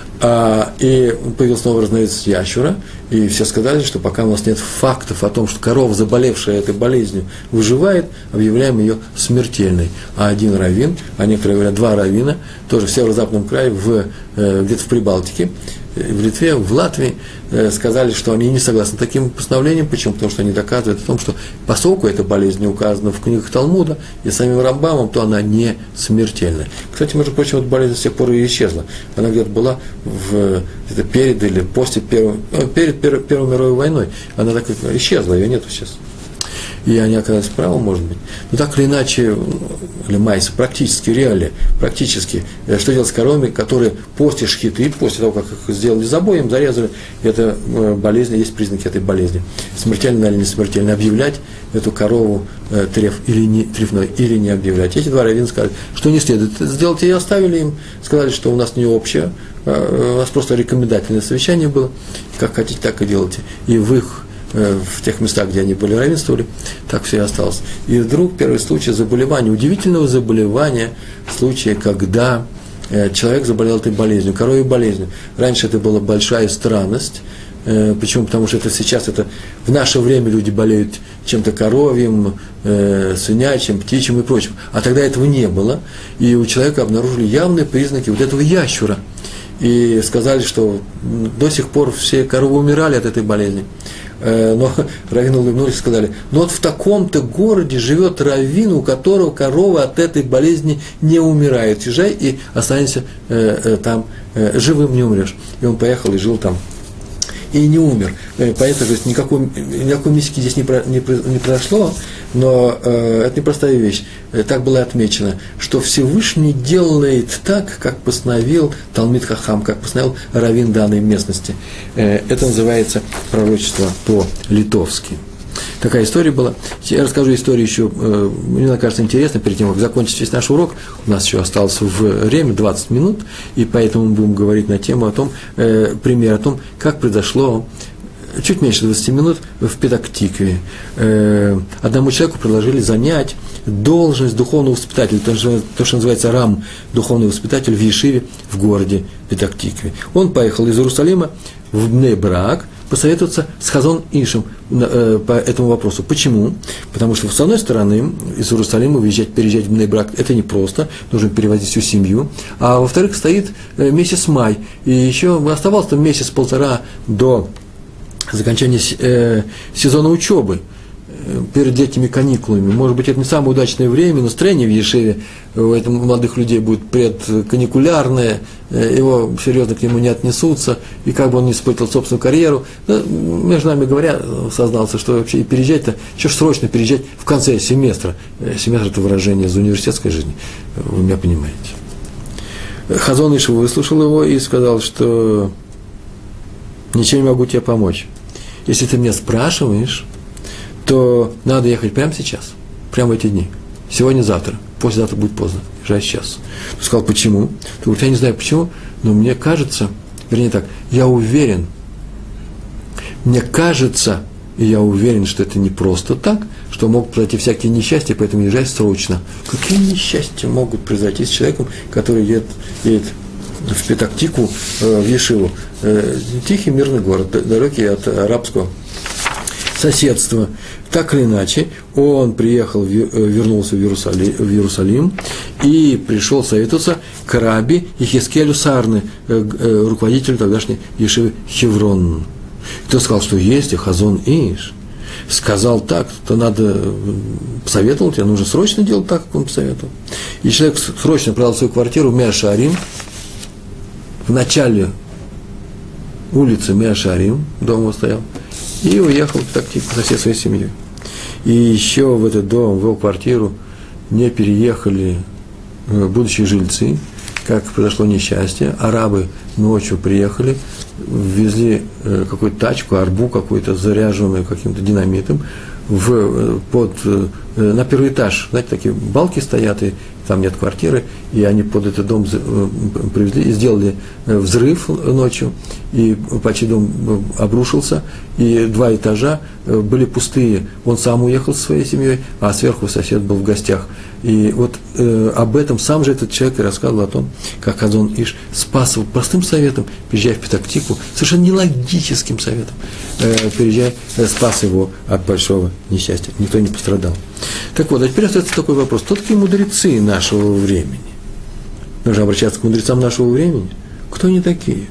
И появилась новая разновидность ящура, и все сказали, что пока у нас нет фактов о том, что корова, заболевшая этой болезнью, выживает, объявляем ее смертельной. А один раввин, а некоторые говорят, 2 раввина, тоже в северо-западном крае, где-то в Прибалтике, в Литве, в Латвии, сказали, что они не согласны с таким постановлением. Почему? Потому что они доказывают о том, что поскольку эта болезнь не указана в книгах Талмуда и самим Рамбамом, то она не смертельная. Кстати, между прочим, эта болезнь с тех пор и исчезла. Она где-то была где-то перед или после перед Первой мировой войной. Она так и исчезла, ее нету сейчас. И они оказались правы, может быть. Но так или иначе, лемайса, практически, реально, практически, что делать с коровами, которые после шхиты, после того, как их сделали забоем, зарезали, это болезнь, есть признаки этой болезни. Смертельно или не смертельно объявлять эту корову трефной или не объявлять. Эти 2 раввина сказали, что не следует сделать, и оставили им, сказали, что у нас не общее, у нас просто рекомендательное совещание было, как хотите, так и делайте. И в тех местах, где они были равенствовали, так все и осталось. И вдруг первый случай заболевания, удивительного заболевания, случая, когда человек заболел этой болезнью, коровьей болезнью. Раньше это была большая странность. Почему? Потому что сейчас в наше время люди болеют чем-то коровьим, свинячьим, птичьим и прочим. А тогда этого не было. И у человека обнаружили явные признаки вот этого ящура. И сказали, что до сих пор все коровы умирали от этой болезни. Но раввины улыбнулись и сказали, но вот в таком-то городе живет раввин, у которого корова от этой болезни не умирает. Езжай и останься там живым, не умрешь. И он поехал и жил там и не умер. Понятно, что никакой мистики здесь не произошло, но это непростая вещь. Так было отмечено, что Всевышний делает так, как постановил Талмид Хахам, как постановил раввин данной местности. Это называется пророчество по-литовски. Такая история была. Я расскажу историю еще, мне кажется, интересно, перед тем, как закончить весь наш урок. У нас еще осталось время 20 минут, и поэтому мы будем говорить на тему о том, пример о том, как произошло чуть меньше 20 минут в Петах-Тикве. Одному человеку предложили занять должность духовного воспитателя, то, что называется рам, духовный воспитатель в Ешиве в городе Петах-Тикве. Он поехал из Иерусалима в Бней-Брак посоветоваться с Хазон Ишем по этому вопросу. Почему? Потому что, с одной стороны, из Иерусалима переезжать в Бней-Брак – это непросто, нужно перевозить всю семью, а во-вторых, стоит месяц май, и еще оставалось там месяц-полтора до окончания сезона учебы, перед этими каникулами. Может быть, это не самое удачное время, настроение в Ешиве у этих молодых людей будет предканикулярное, его серьезно к нему не отнесутся, и как бы он не испортил собственную карьеру. Но, между нами говоря, сознался, что вообще переезжать-то, еще срочно переезжать в конце семестра. Семестр – это выражение из университетской жизни, вы меня понимаете. Хазон Иш выслушал его и сказал, что ничем не могу тебе помочь. Если ты меня спрашиваешь, то надо ехать прямо сейчас, прямо в эти дни. Сегодня-завтра, послезавтра будет поздно, езжай сейчас. Ты сказал, почему? Ты говоришь, я не знаю почему, но мне кажется, вернее так, я уверен, мне кажется, и я уверен, что это не просто так, что могут произойти всякие несчастья, поэтому езжай срочно. Какие несчастья могут произойти с человеком, который едет в Петах-Тикву, в Ешиву? Тихий мирный город, далекий от арабского соседства. Так или иначе, он приехал, вернулся в Иерусалим и пришел советоваться к раби Йехескелю Сарне, руководителю тогдашней Ешивы Хеврон. И тот сказал, что если Хазон Иш сказал так, то надо посоветовал, тебе нужно срочно делать так, как он посоветовал. И человек срочно продал свою квартиру в Меа-Шаарим, в начале улицы Меа-Шаарим, дома стоял, и уехал так типа со всей своей семьей. И еще в этот дом, в его квартиру не переехали будущие жильцы, как произошло несчастье. Арабы ночью приехали, ввезли какую-то тачку, арбу какую-то, заряженную каким-то динамитом, на первый этаж. Знаете, такие балки стоят, и там нет квартиры, и они под этот дом привезли и сделали взрыв ночью, и почти дом обрушился, и 2 этажа были пустые. Он сам уехал со своей семьей, а сверху сосед был в гостях. И вот об этом сам же этот человек и рассказывал о том, как Хазон Иш спас его простым советом, переезжая в Петах-Тикву, совершенно нелогическим советом, переезжая, спас его от большого несчастья. Никто не пострадал. Так вот, а теперь остается такой вопрос. Кто такие мудрецы нашего времени? Нужно обращаться к мудрецам нашего времени. Кто они такие?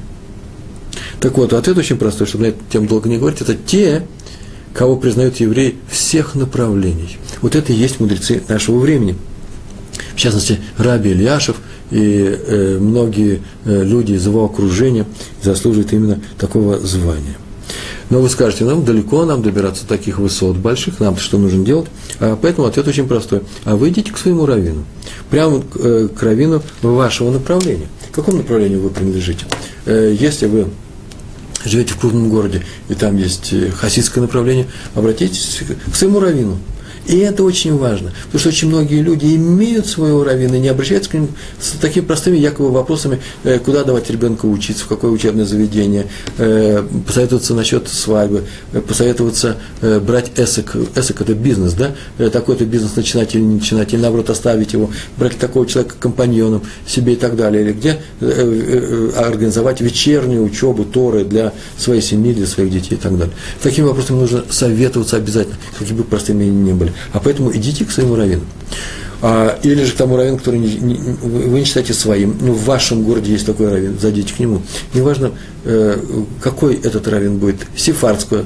Так вот, ответ очень простой, чтобы на эту тему долго не говорить. Это те, кого признают евреи всех направлений. Вот это и есть мудрецы нашего времени. В частности, Раби Ильяшев и многие люди из его окружения заслуживают именно такого звания. Но вы скажете, нам далеко нам добираться до таких высот больших, нам-то что нужно делать? Поэтому ответ очень простой. А вы идите к своему раввину, прямо к раввину вашего направления. К какому направлению вы принадлежите? Если вы живете в крупном городе, и там есть хасидское направление, обратитесь к своему раввину. И это очень важно, потому что очень многие люди имеют своего раввина и не обращаются к ним с такими простыми якобы вопросами, куда давать ребенка учиться, в какое учебное заведение, посоветоваться насчет свадьбы, посоветоваться брать эсэк. Эсэк – это бизнес, да? Такой-то бизнес начинать или не начинать, или наоборот оставить его, брать такого человека компаньоном себе и так далее, или где организовать вечернюю учебу Торы для своей семьи, для своих детей и так далее. Такими вопросами нужно советоваться обязательно, какими бы простыми они ни были. А поэтому идите к своему раввину. Или же к тому раввину, который вы не считаете своим. В вашем городе есть такой раввин, зайдите к нему. Неважно, какой этот раввин будет, сефардского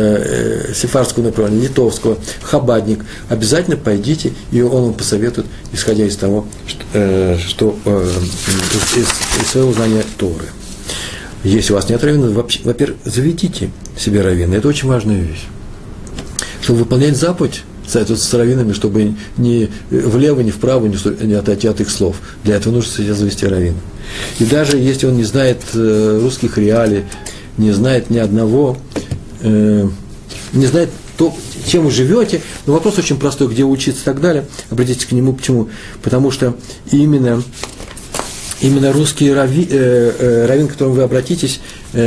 направления, литовского, хабадник. Обязательно пойдите, и он вам посоветует, исходя из того, что из своего знания Торы. Если у вас нет раввина, во-первых, заведите себе раввина. Это очень важная вещь. Чтобы выполнять заповедь, советуются с раввинами, чтобы ни влево, ни вправо не отойти от их слов. Для этого нужно себе завести раввина. И даже если он не знает русских реалий, не знает ни одного, не знает то, чем вы живете, но вопрос очень простой, где учиться и так далее, обратитесь к нему. Почему? Потому что именно русский раввин, к которому вы обратитесь,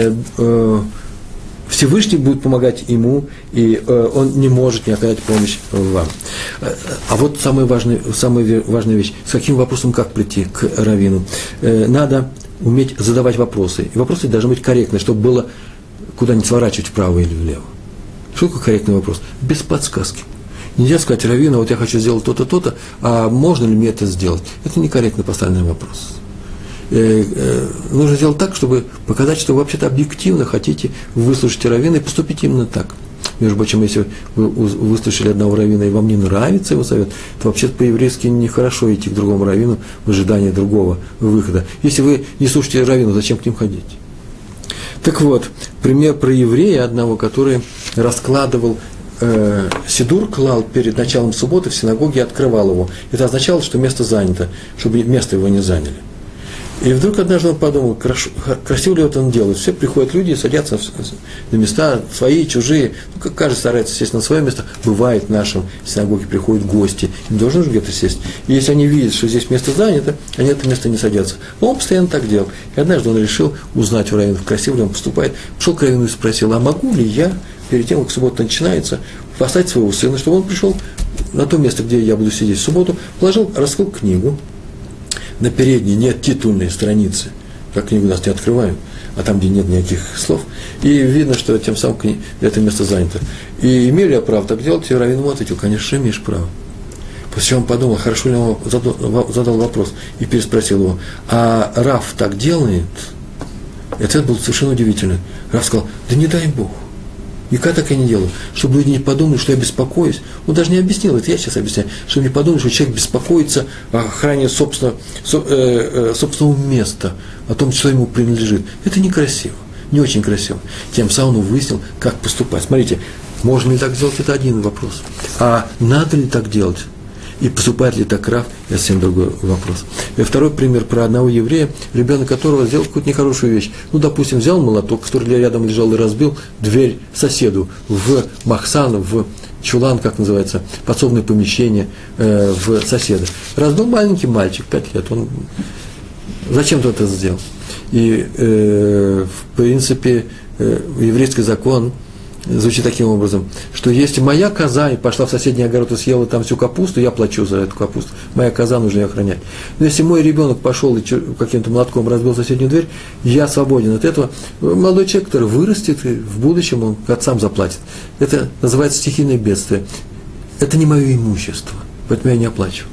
Всевышний будет помогать ему, и он не может не оказать помощь вам. А вот самая важная вещь. С каким вопросом как прийти к раввину? Надо уметь задавать вопросы. И вопросы должны быть корректны, чтобы было куда не сворачивать вправо или влево. Что такое корректный вопрос? Без подсказки. Нельзя сказать раввину, вот я хочу сделать то-то, то-то, а можно ли мне это сделать? Это некорректно поставленный вопрос. Нужно сделать так, чтобы показать, что вы вообще-то объективно хотите выслушать раввина и поступить именно так. Между прочим, если вы выслушали одного раввина и вам не нравится его совет, то вообще-то по-еврейски нехорошо идти к другому раввину в ожидании другого выхода. Если вы не слушаете раввина, зачем к ним ходить? Так вот, пример про еврея одного, который раскладывал сидур, клал перед началом субботы в синагоге и открывал его. Это означало, что место занято, чтобы место его не заняли. И вдруг однажды он подумал, красиво ли это он делает. Все приходят люди и садятся на места свои, чужие. Ну, как каждый старается сесть на свое место. Бывает в нашем синагоге приходят гости, им должны же где-то сесть. И если они видят, что здесь место занято, они на это место не садятся. Но он постоянно так делал. И однажды он решил узнать у раввинов, красиво ли он поступает. Пошел к раввину и спросил, а могу ли я, перед тем, как суббота начинается, послать своего сына, чтобы он пришел на то место, где я буду сидеть в субботу, раскрыл книгу. На передней нет титульной страницы, как книгу у нас не открывают, а там, где нет никаких слов, и видно, что тем самым это место занято. И имею ли я право так делать? И раввин ему ответил, конечно, имеешь право. После чего он подумал, хорошо ли он задал вопрос, и переспросил его, а Рав так делает? И ответ был совершенно удивительный. Рав сказал, да не дай Бог. Никогда так я не делаю. Чтобы люди не подумали, что я беспокоюсь. Он даже не объяснил, это я сейчас объясняю. Чтобы не подумали, что человек беспокоится о охране собственного места, о том, что ему принадлежит. Это некрасиво, не очень красиво. Тем самым он выяснил, как поступать. Смотрите, можно ли так сделать, это один вопрос. А надо ли так делать? И поступает ли так Рав, это совсем другой вопрос. И второй пример про одного еврея, ребенок которого сделал какую-то нехорошую вещь. Ну, допустим, взял молоток, который рядом лежал, и разбил дверь соседу в махсан, в чулан, как называется, подсобное помещение в соседа. Разбил маленький мальчик, 5 лет. Он зачем-то это сделал. И, в принципе, еврейский закон звучит таким образом, что если моя коза и пошла в соседний огород и съела там всю капусту, я плачу за эту капусту. Моя коза, нужно ее охранять. Но если мой ребенок пошел и каким-то молотком разбил соседнюю дверь, я свободен от этого. Молодой человек, который вырастет, и в будущем он отцам заплатит. Это называется стихийное бедствие. Это не мое имущество, поэтому я не оплачиваю.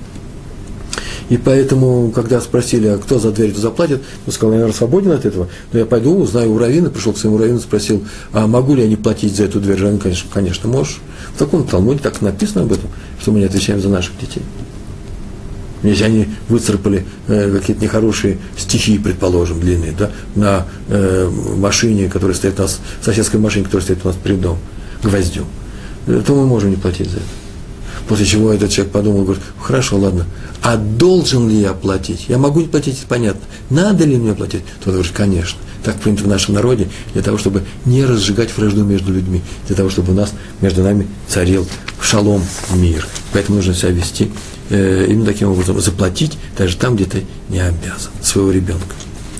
И поэтому, когда спросили, а кто за дверь заплатит, он сказал, я, наверное, свободен от этого, но я пойду, узнаю у раввина, пришел к своему раввину, спросил, а могу ли я не платить за эту дверь? Раввин, конечно, можешь. В таком Талмуде так написано об этом, что мы не отвечаем за наших детей. Если они выцарапали какие-то нехорошие стихи, предположим, длинные, да, на машине, которая стоит у нас, соседской машине, которая стоит у нас перед домом, гвоздем, то мы можем не платить за это. После чего этот человек подумал, говорит, хорошо, ладно, а должен ли я платить? Я могу не платить, это понятно. Надо ли мне платить? Тот говорит, конечно. Так принято в нашем народе, для того, чтобы не разжигать вражду между людьми, для того, чтобы у нас, между нами царил шалом, мир. Поэтому нужно себя вести именно таким образом, заплатить даже там, где ты не обязан, своего ребенка.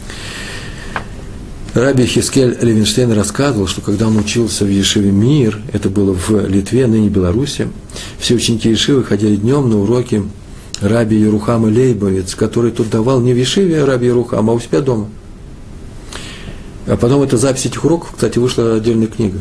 Раби Хискель Левинштейн рассказывал, что когда он учился в Ешиве Мир, это было в Литве, ныне Беларуси, все ученики Ешивы ходили днем на уроки Раби Ерухама Лейбовиц, который тут давал не в Ешиве Раби Ерухама, а у себя дома. А потом эта запись этих уроков, кстати, вышла отдельная книга.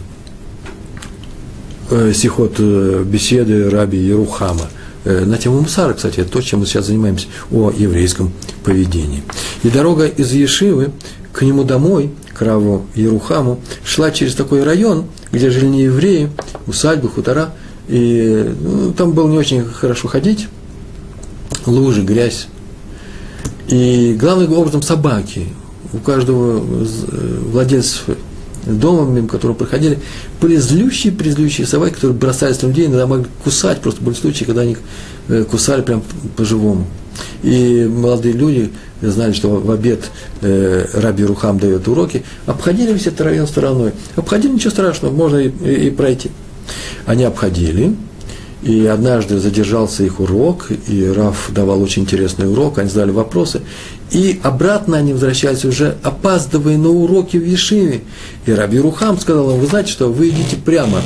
Сихот, беседы Раби Ерухама. На тему мусара, кстати, это то, чем мы сейчас занимаемся, о еврейском поведении. И дорога из Ешивы к нему домой, к Раву Ерухаму, шла через такой район, где жили не евреи, усадьбы, хутора, и там было не очень хорошо ходить, лужи, грязь, и главным образом собаки. у каждого владельца дома, мимо которого проходили, были злющие собаки, которые бросались на людей, иногда могли кусать, просто были случаи, когда они кусали прям по-живому. И молодые люди знали, что в обед Раби Рухам дает уроки, обходили весь этот район стороной. Обходили, ничего страшного, можно и пройти. Они обходили, и однажды задержался их урок, и Рав давал очень интересный урок, они задали вопросы, и обратно они возвращались уже, опаздывая на уроки в Ешиве. И Раби Рухам сказал им: вы знаете что, вы идите прямо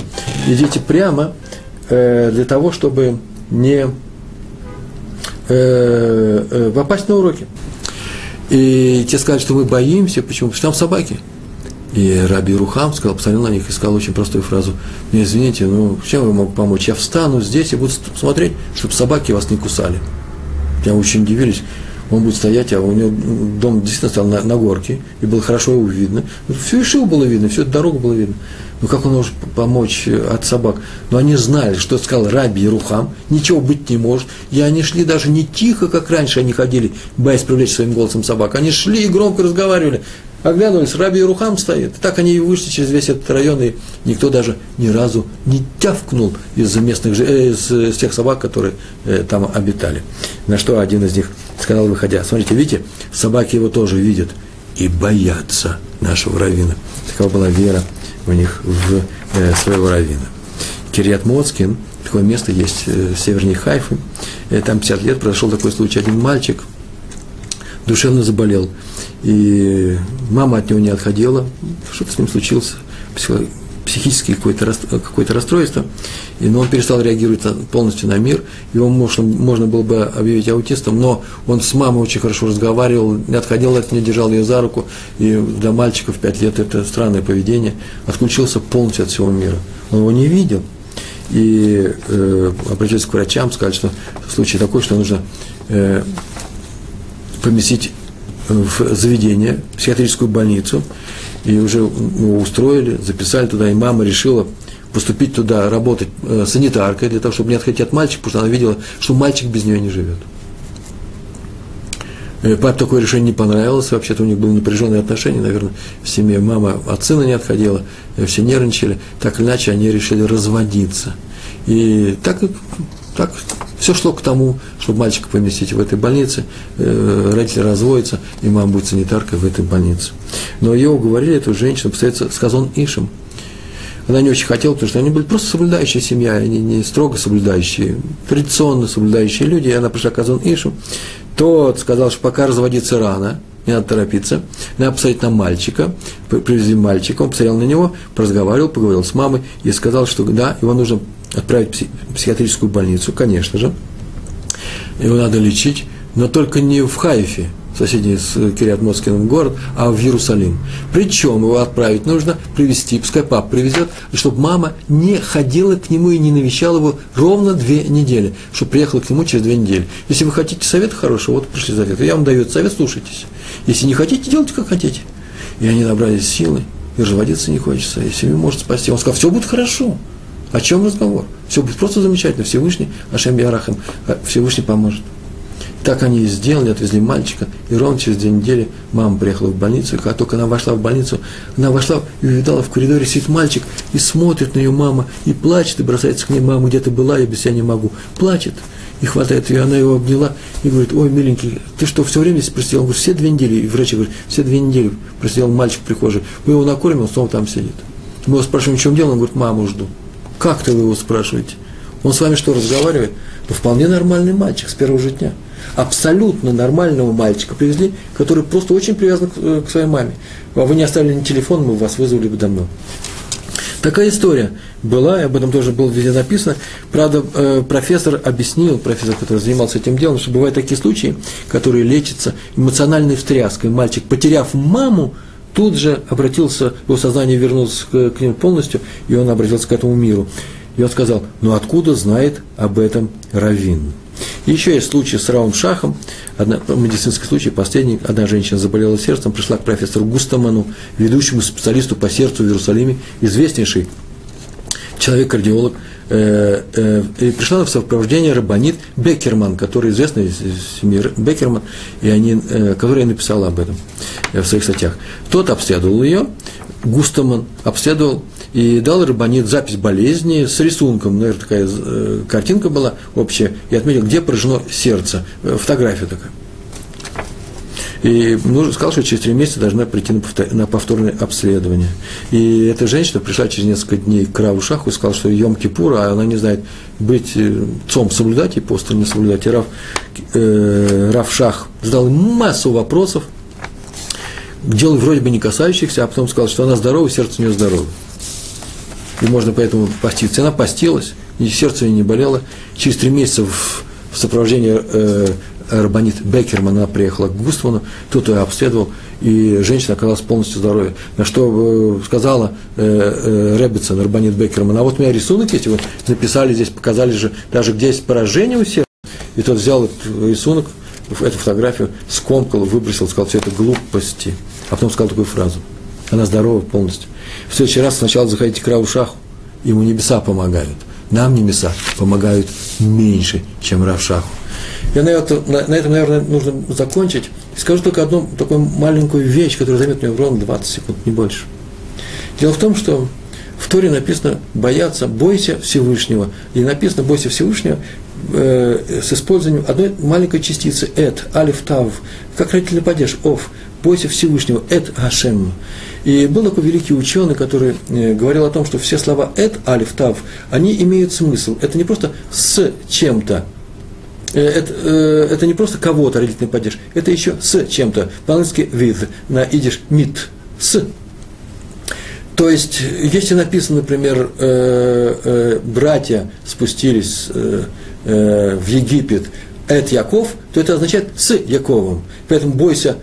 для того, чтобы не попасть на уроки. И те сказали, что мы боимся, почему? Потому что там собаки. И Раби Рухам сказал, посмотрел на них и сказал очень простую фразу: мне извините, чем я могу помочь? Я встану здесь и буду смотреть, чтобы собаки вас не кусали. Меня очень удивились. Он будет стоять, а у него дом действительно стоял на горке, и было хорошо его видно. Всю Ишиву было видно, всю эту дорогу было видно. Как он может помочь от собак? Но они знали, что сказал Раби Рухам, ничего быть не может. И они шли даже не тихо, как раньше они ходили, боясь привлечь своим голосом собак. Они шли и громко разговаривали. Оглянулись, Раби Рухам стоит. И так они и вышли через весь этот район, и никто даже ни разу не тявкнул из местных, из тех собак, которые там обитали. На что один из них сказал, выходя: смотрите, видите, собаки его тоже видят и боятся нашего раввина. Такова была вера у них в своего раввина. Кирьят Моцкин, такое место есть севернее Хайфы, там 50 лет произошел такой случай. Один мальчик душевно заболел, и мама от него не отходила, что-то с ним случилось, психическое какое-то расстройство, но он перестал реагировать полностью на мир, его можно было бы объявить аутистом, но он с мамой очень хорошо разговаривал, не отходил от нее, держал ее за руку, и для мальчика в 5 лет это странное поведение, отключился полностью от всего мира. Он его не видел, и обратился к врачам, сказали, что случай такой, что нужно поместить в заведение, психиатрическую больницу, и уже его устроили, записали туда, и мама решила поступить туда, работать санитаркой, для того, чтобы не отходить от мальчика, потому что она видела, что мальчик без нее не живет. Папе такое решение не понравилось, вообще-то у них были напряженные отношения, наверное, в семье мама от сына не отходила, все нервничали, так или иначе они решили разводиться. И так все шло к тому, чтобы мальчика поместить в этой больнице, родители разводятся, и мама будет санитаркой в этой больнице. Но ее уговорили, эту женщину, поставиться с Хазон Ишем. Она не очень хотела, потому что они были просто соблюдающая семья, они не строго соблюдающие, традиционно соблюдающие люди, и она пришла к Хазон Ишем. Тот сказал, что пока разводиться рано, не надо торопиться, надо посмотреть на мальчика, привезли мальчика, он посмотрел на него, поразговаривал, поговорил с мамой и сказал, что да, его нужно отправить в психиатрическую больницу, конечно же, его надо лечить, но только не в Хайфе, соседний с Кирьят Моцкиным город, а в Иерусалим. Причем его отправить нужно, привезти, пускай папа привезет, чтобы мама не ходила к нему и не навещала его ровно 2 недели, чтобы приехала к нему через 2 недели. Если вы хотите совета хорошего, вот пришли советы, я вам даю этот совет, слушайтесь. Если не хотите, делайте как хотите. И они набрались силы, и разводиться не хочется, и семью может спасти. Он сказал, все будет хорошо. О чем разговор? Все будет просто замечательно. Всевышний, Ашем Ярахем, Всевышний поможет. Так они и сделали, отвезли мальчика, и ровно через 2 недели мама приехала в больницу, и когда только она вошла в больницу, она вошла и увидала, в коридоре сидит мальчик, и смотрит на ее мама, и плачет, и бросается к ней: мама, где ты была, я без тебя не могу. Плачет, и хватает ее, она его обняла, и говорит: ой, миленький, ты что, все время здесь просидел? Он говорит: все 2 недели, и врач говорит: все 2 недели просидел мальчик в прихожей, мы его накормим, он снова там сидит. Мы его спрашиваем, в чем дело, он говорит: маму жду. Как-то вы его спрашиваете? Он с вами что, разговаривает? Ну, вполне нормальный мальчик с первого же дня. Абсолютно нормального мальчика привезли, который просто очень привязан к своей маме. А вы не оставили ни телефон, мы вас вызвали бы давно. Такая история была, и об этом тоже было везде написано. Правда, профессор объяснил, профессор, который занимался этим делом, что бывают такие случаи, которые лечатся эмоциональной встряской. Мальчик, потеряв маму, тут же обратился, его сознание вернулось к нему полностью, и он обратился к этому миру. И он сказал: ну откуда знает об этом раввин? И еще есть случай с Равом Шахом, медицинский случай, последний. Одна женщина заболела сердцем, пришла к профессору Густаману, ведущему специалисту по сердцу в Иерусалиме, известнейший человек-кардиолог, и пришла в сопровождение раббанит Беккерман, который известный из семьи Беккерман, который я написал об этом в своих статьях. Тот обследовал ее, Густаман обследовал и дал раббанит запись болезни с рисунком, наверное, такая картинка была общая, и отметил, где поражено сердце, фотография такая. И сказал, что через 3 месяца должна прийти на повторное обследование. И эта женщина пришла через несколько дней к Раву Шаху и сказала, что Йом-Кипур, а она не знает, быть цом соблюдать и пост не соблюдать. И Рав Шах задал массу вопросов, делал вроде бы не касающихся, а потом сказал, что она здорова, сердце у нее здорово. И можно поэтому поститься. И она постилась, и сердце ее не болело. Через 3 месяца в сопровождении раббанит Беккерман, она приехала к Густману, тот ее обследовал, и женщина оказалась полностью здоровой. На что сказала Реббицен, раббанит Беккерман, а вот у меня рисунок есть, вот написали здесь, показали же, даже где есть поражение у сердца. И тот взял этот рисунок, эту фотографию, скомкал, выбросил, сказал, все это глупости. А потом сказал такую фразу: она здорова полностью. В следующий раз сначала заходите к Раву Шаху, ему небеса помогают. Нам небеса помогают меньше, чем Рав Шаху. Я на этом, наверное, нужно закончить. Скажу только одну такую маленькую вещь, которая займет мне ровно 20 секунд, не больше. Дело в том, что в Торе написано «бояться, бойся Всевышнего». И написано «бойся Всевышнего» с использованием одной маленькой частицы «эт», «алиф», «тав», как родительный падеж «ов», «бойся Всевышнего», «эт Гашем». И был такой великий ученый, который говорил о том, что все слова «эт», «алиф», «тав», они имеют смысл. Это не просто «с чем-то». Это не просто кого-то родительный падеж, это еще с чем-то. По-английски with, на идиш mit, с. То есть, если написано, например, братья спустились в Египет, эт Яков, то это означает с Яковом. Поэтому бойся.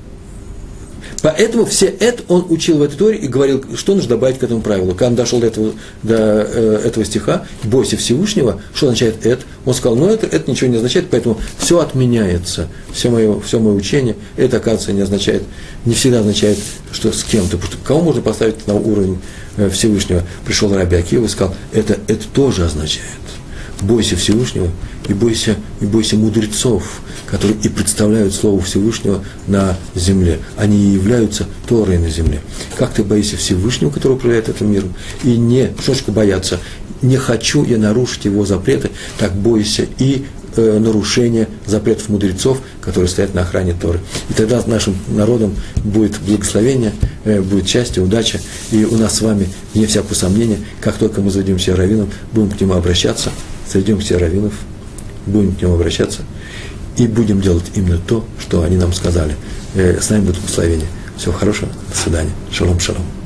Поэтому все это он учил в этой Торе и говорил, что нужно добавить к этому правилу. Когда он дошел до этого стиха, бойся Всевышнего, что означает это? Он сказал, это ничего не означает, поэтому все отменяется, все мое учение, это, оказывается, не всегда означает, что с кем-то, потому что кого можно поставить на уровень Всевышнего? Пришел Раби Акива и сказал, это тоже означает. Бойся Всевышнего и бойся мудрецов, которые и представляют Слово Всевышнего на земле. Они и являются Торой на земле. Как ты боишься Всевышнего, который управляет этим миром, и что значит бояться? Не хочу я нарушить его запреты, так бойся и нарушения запретов мудрецов, которые стоят на охране Торы. И тогда нашим народом будет благословение, будет счастье, удача, и у нас с вами, вне всякого сомнения, как только мы заведем себя раввином, будем к нему обращаться, заведем себя раввинов, будем к нему обращаться, и будем делать именно то, что они нам сказали. С нами будет благословение. Всего хорошего, до свидания. Шалом, шалом.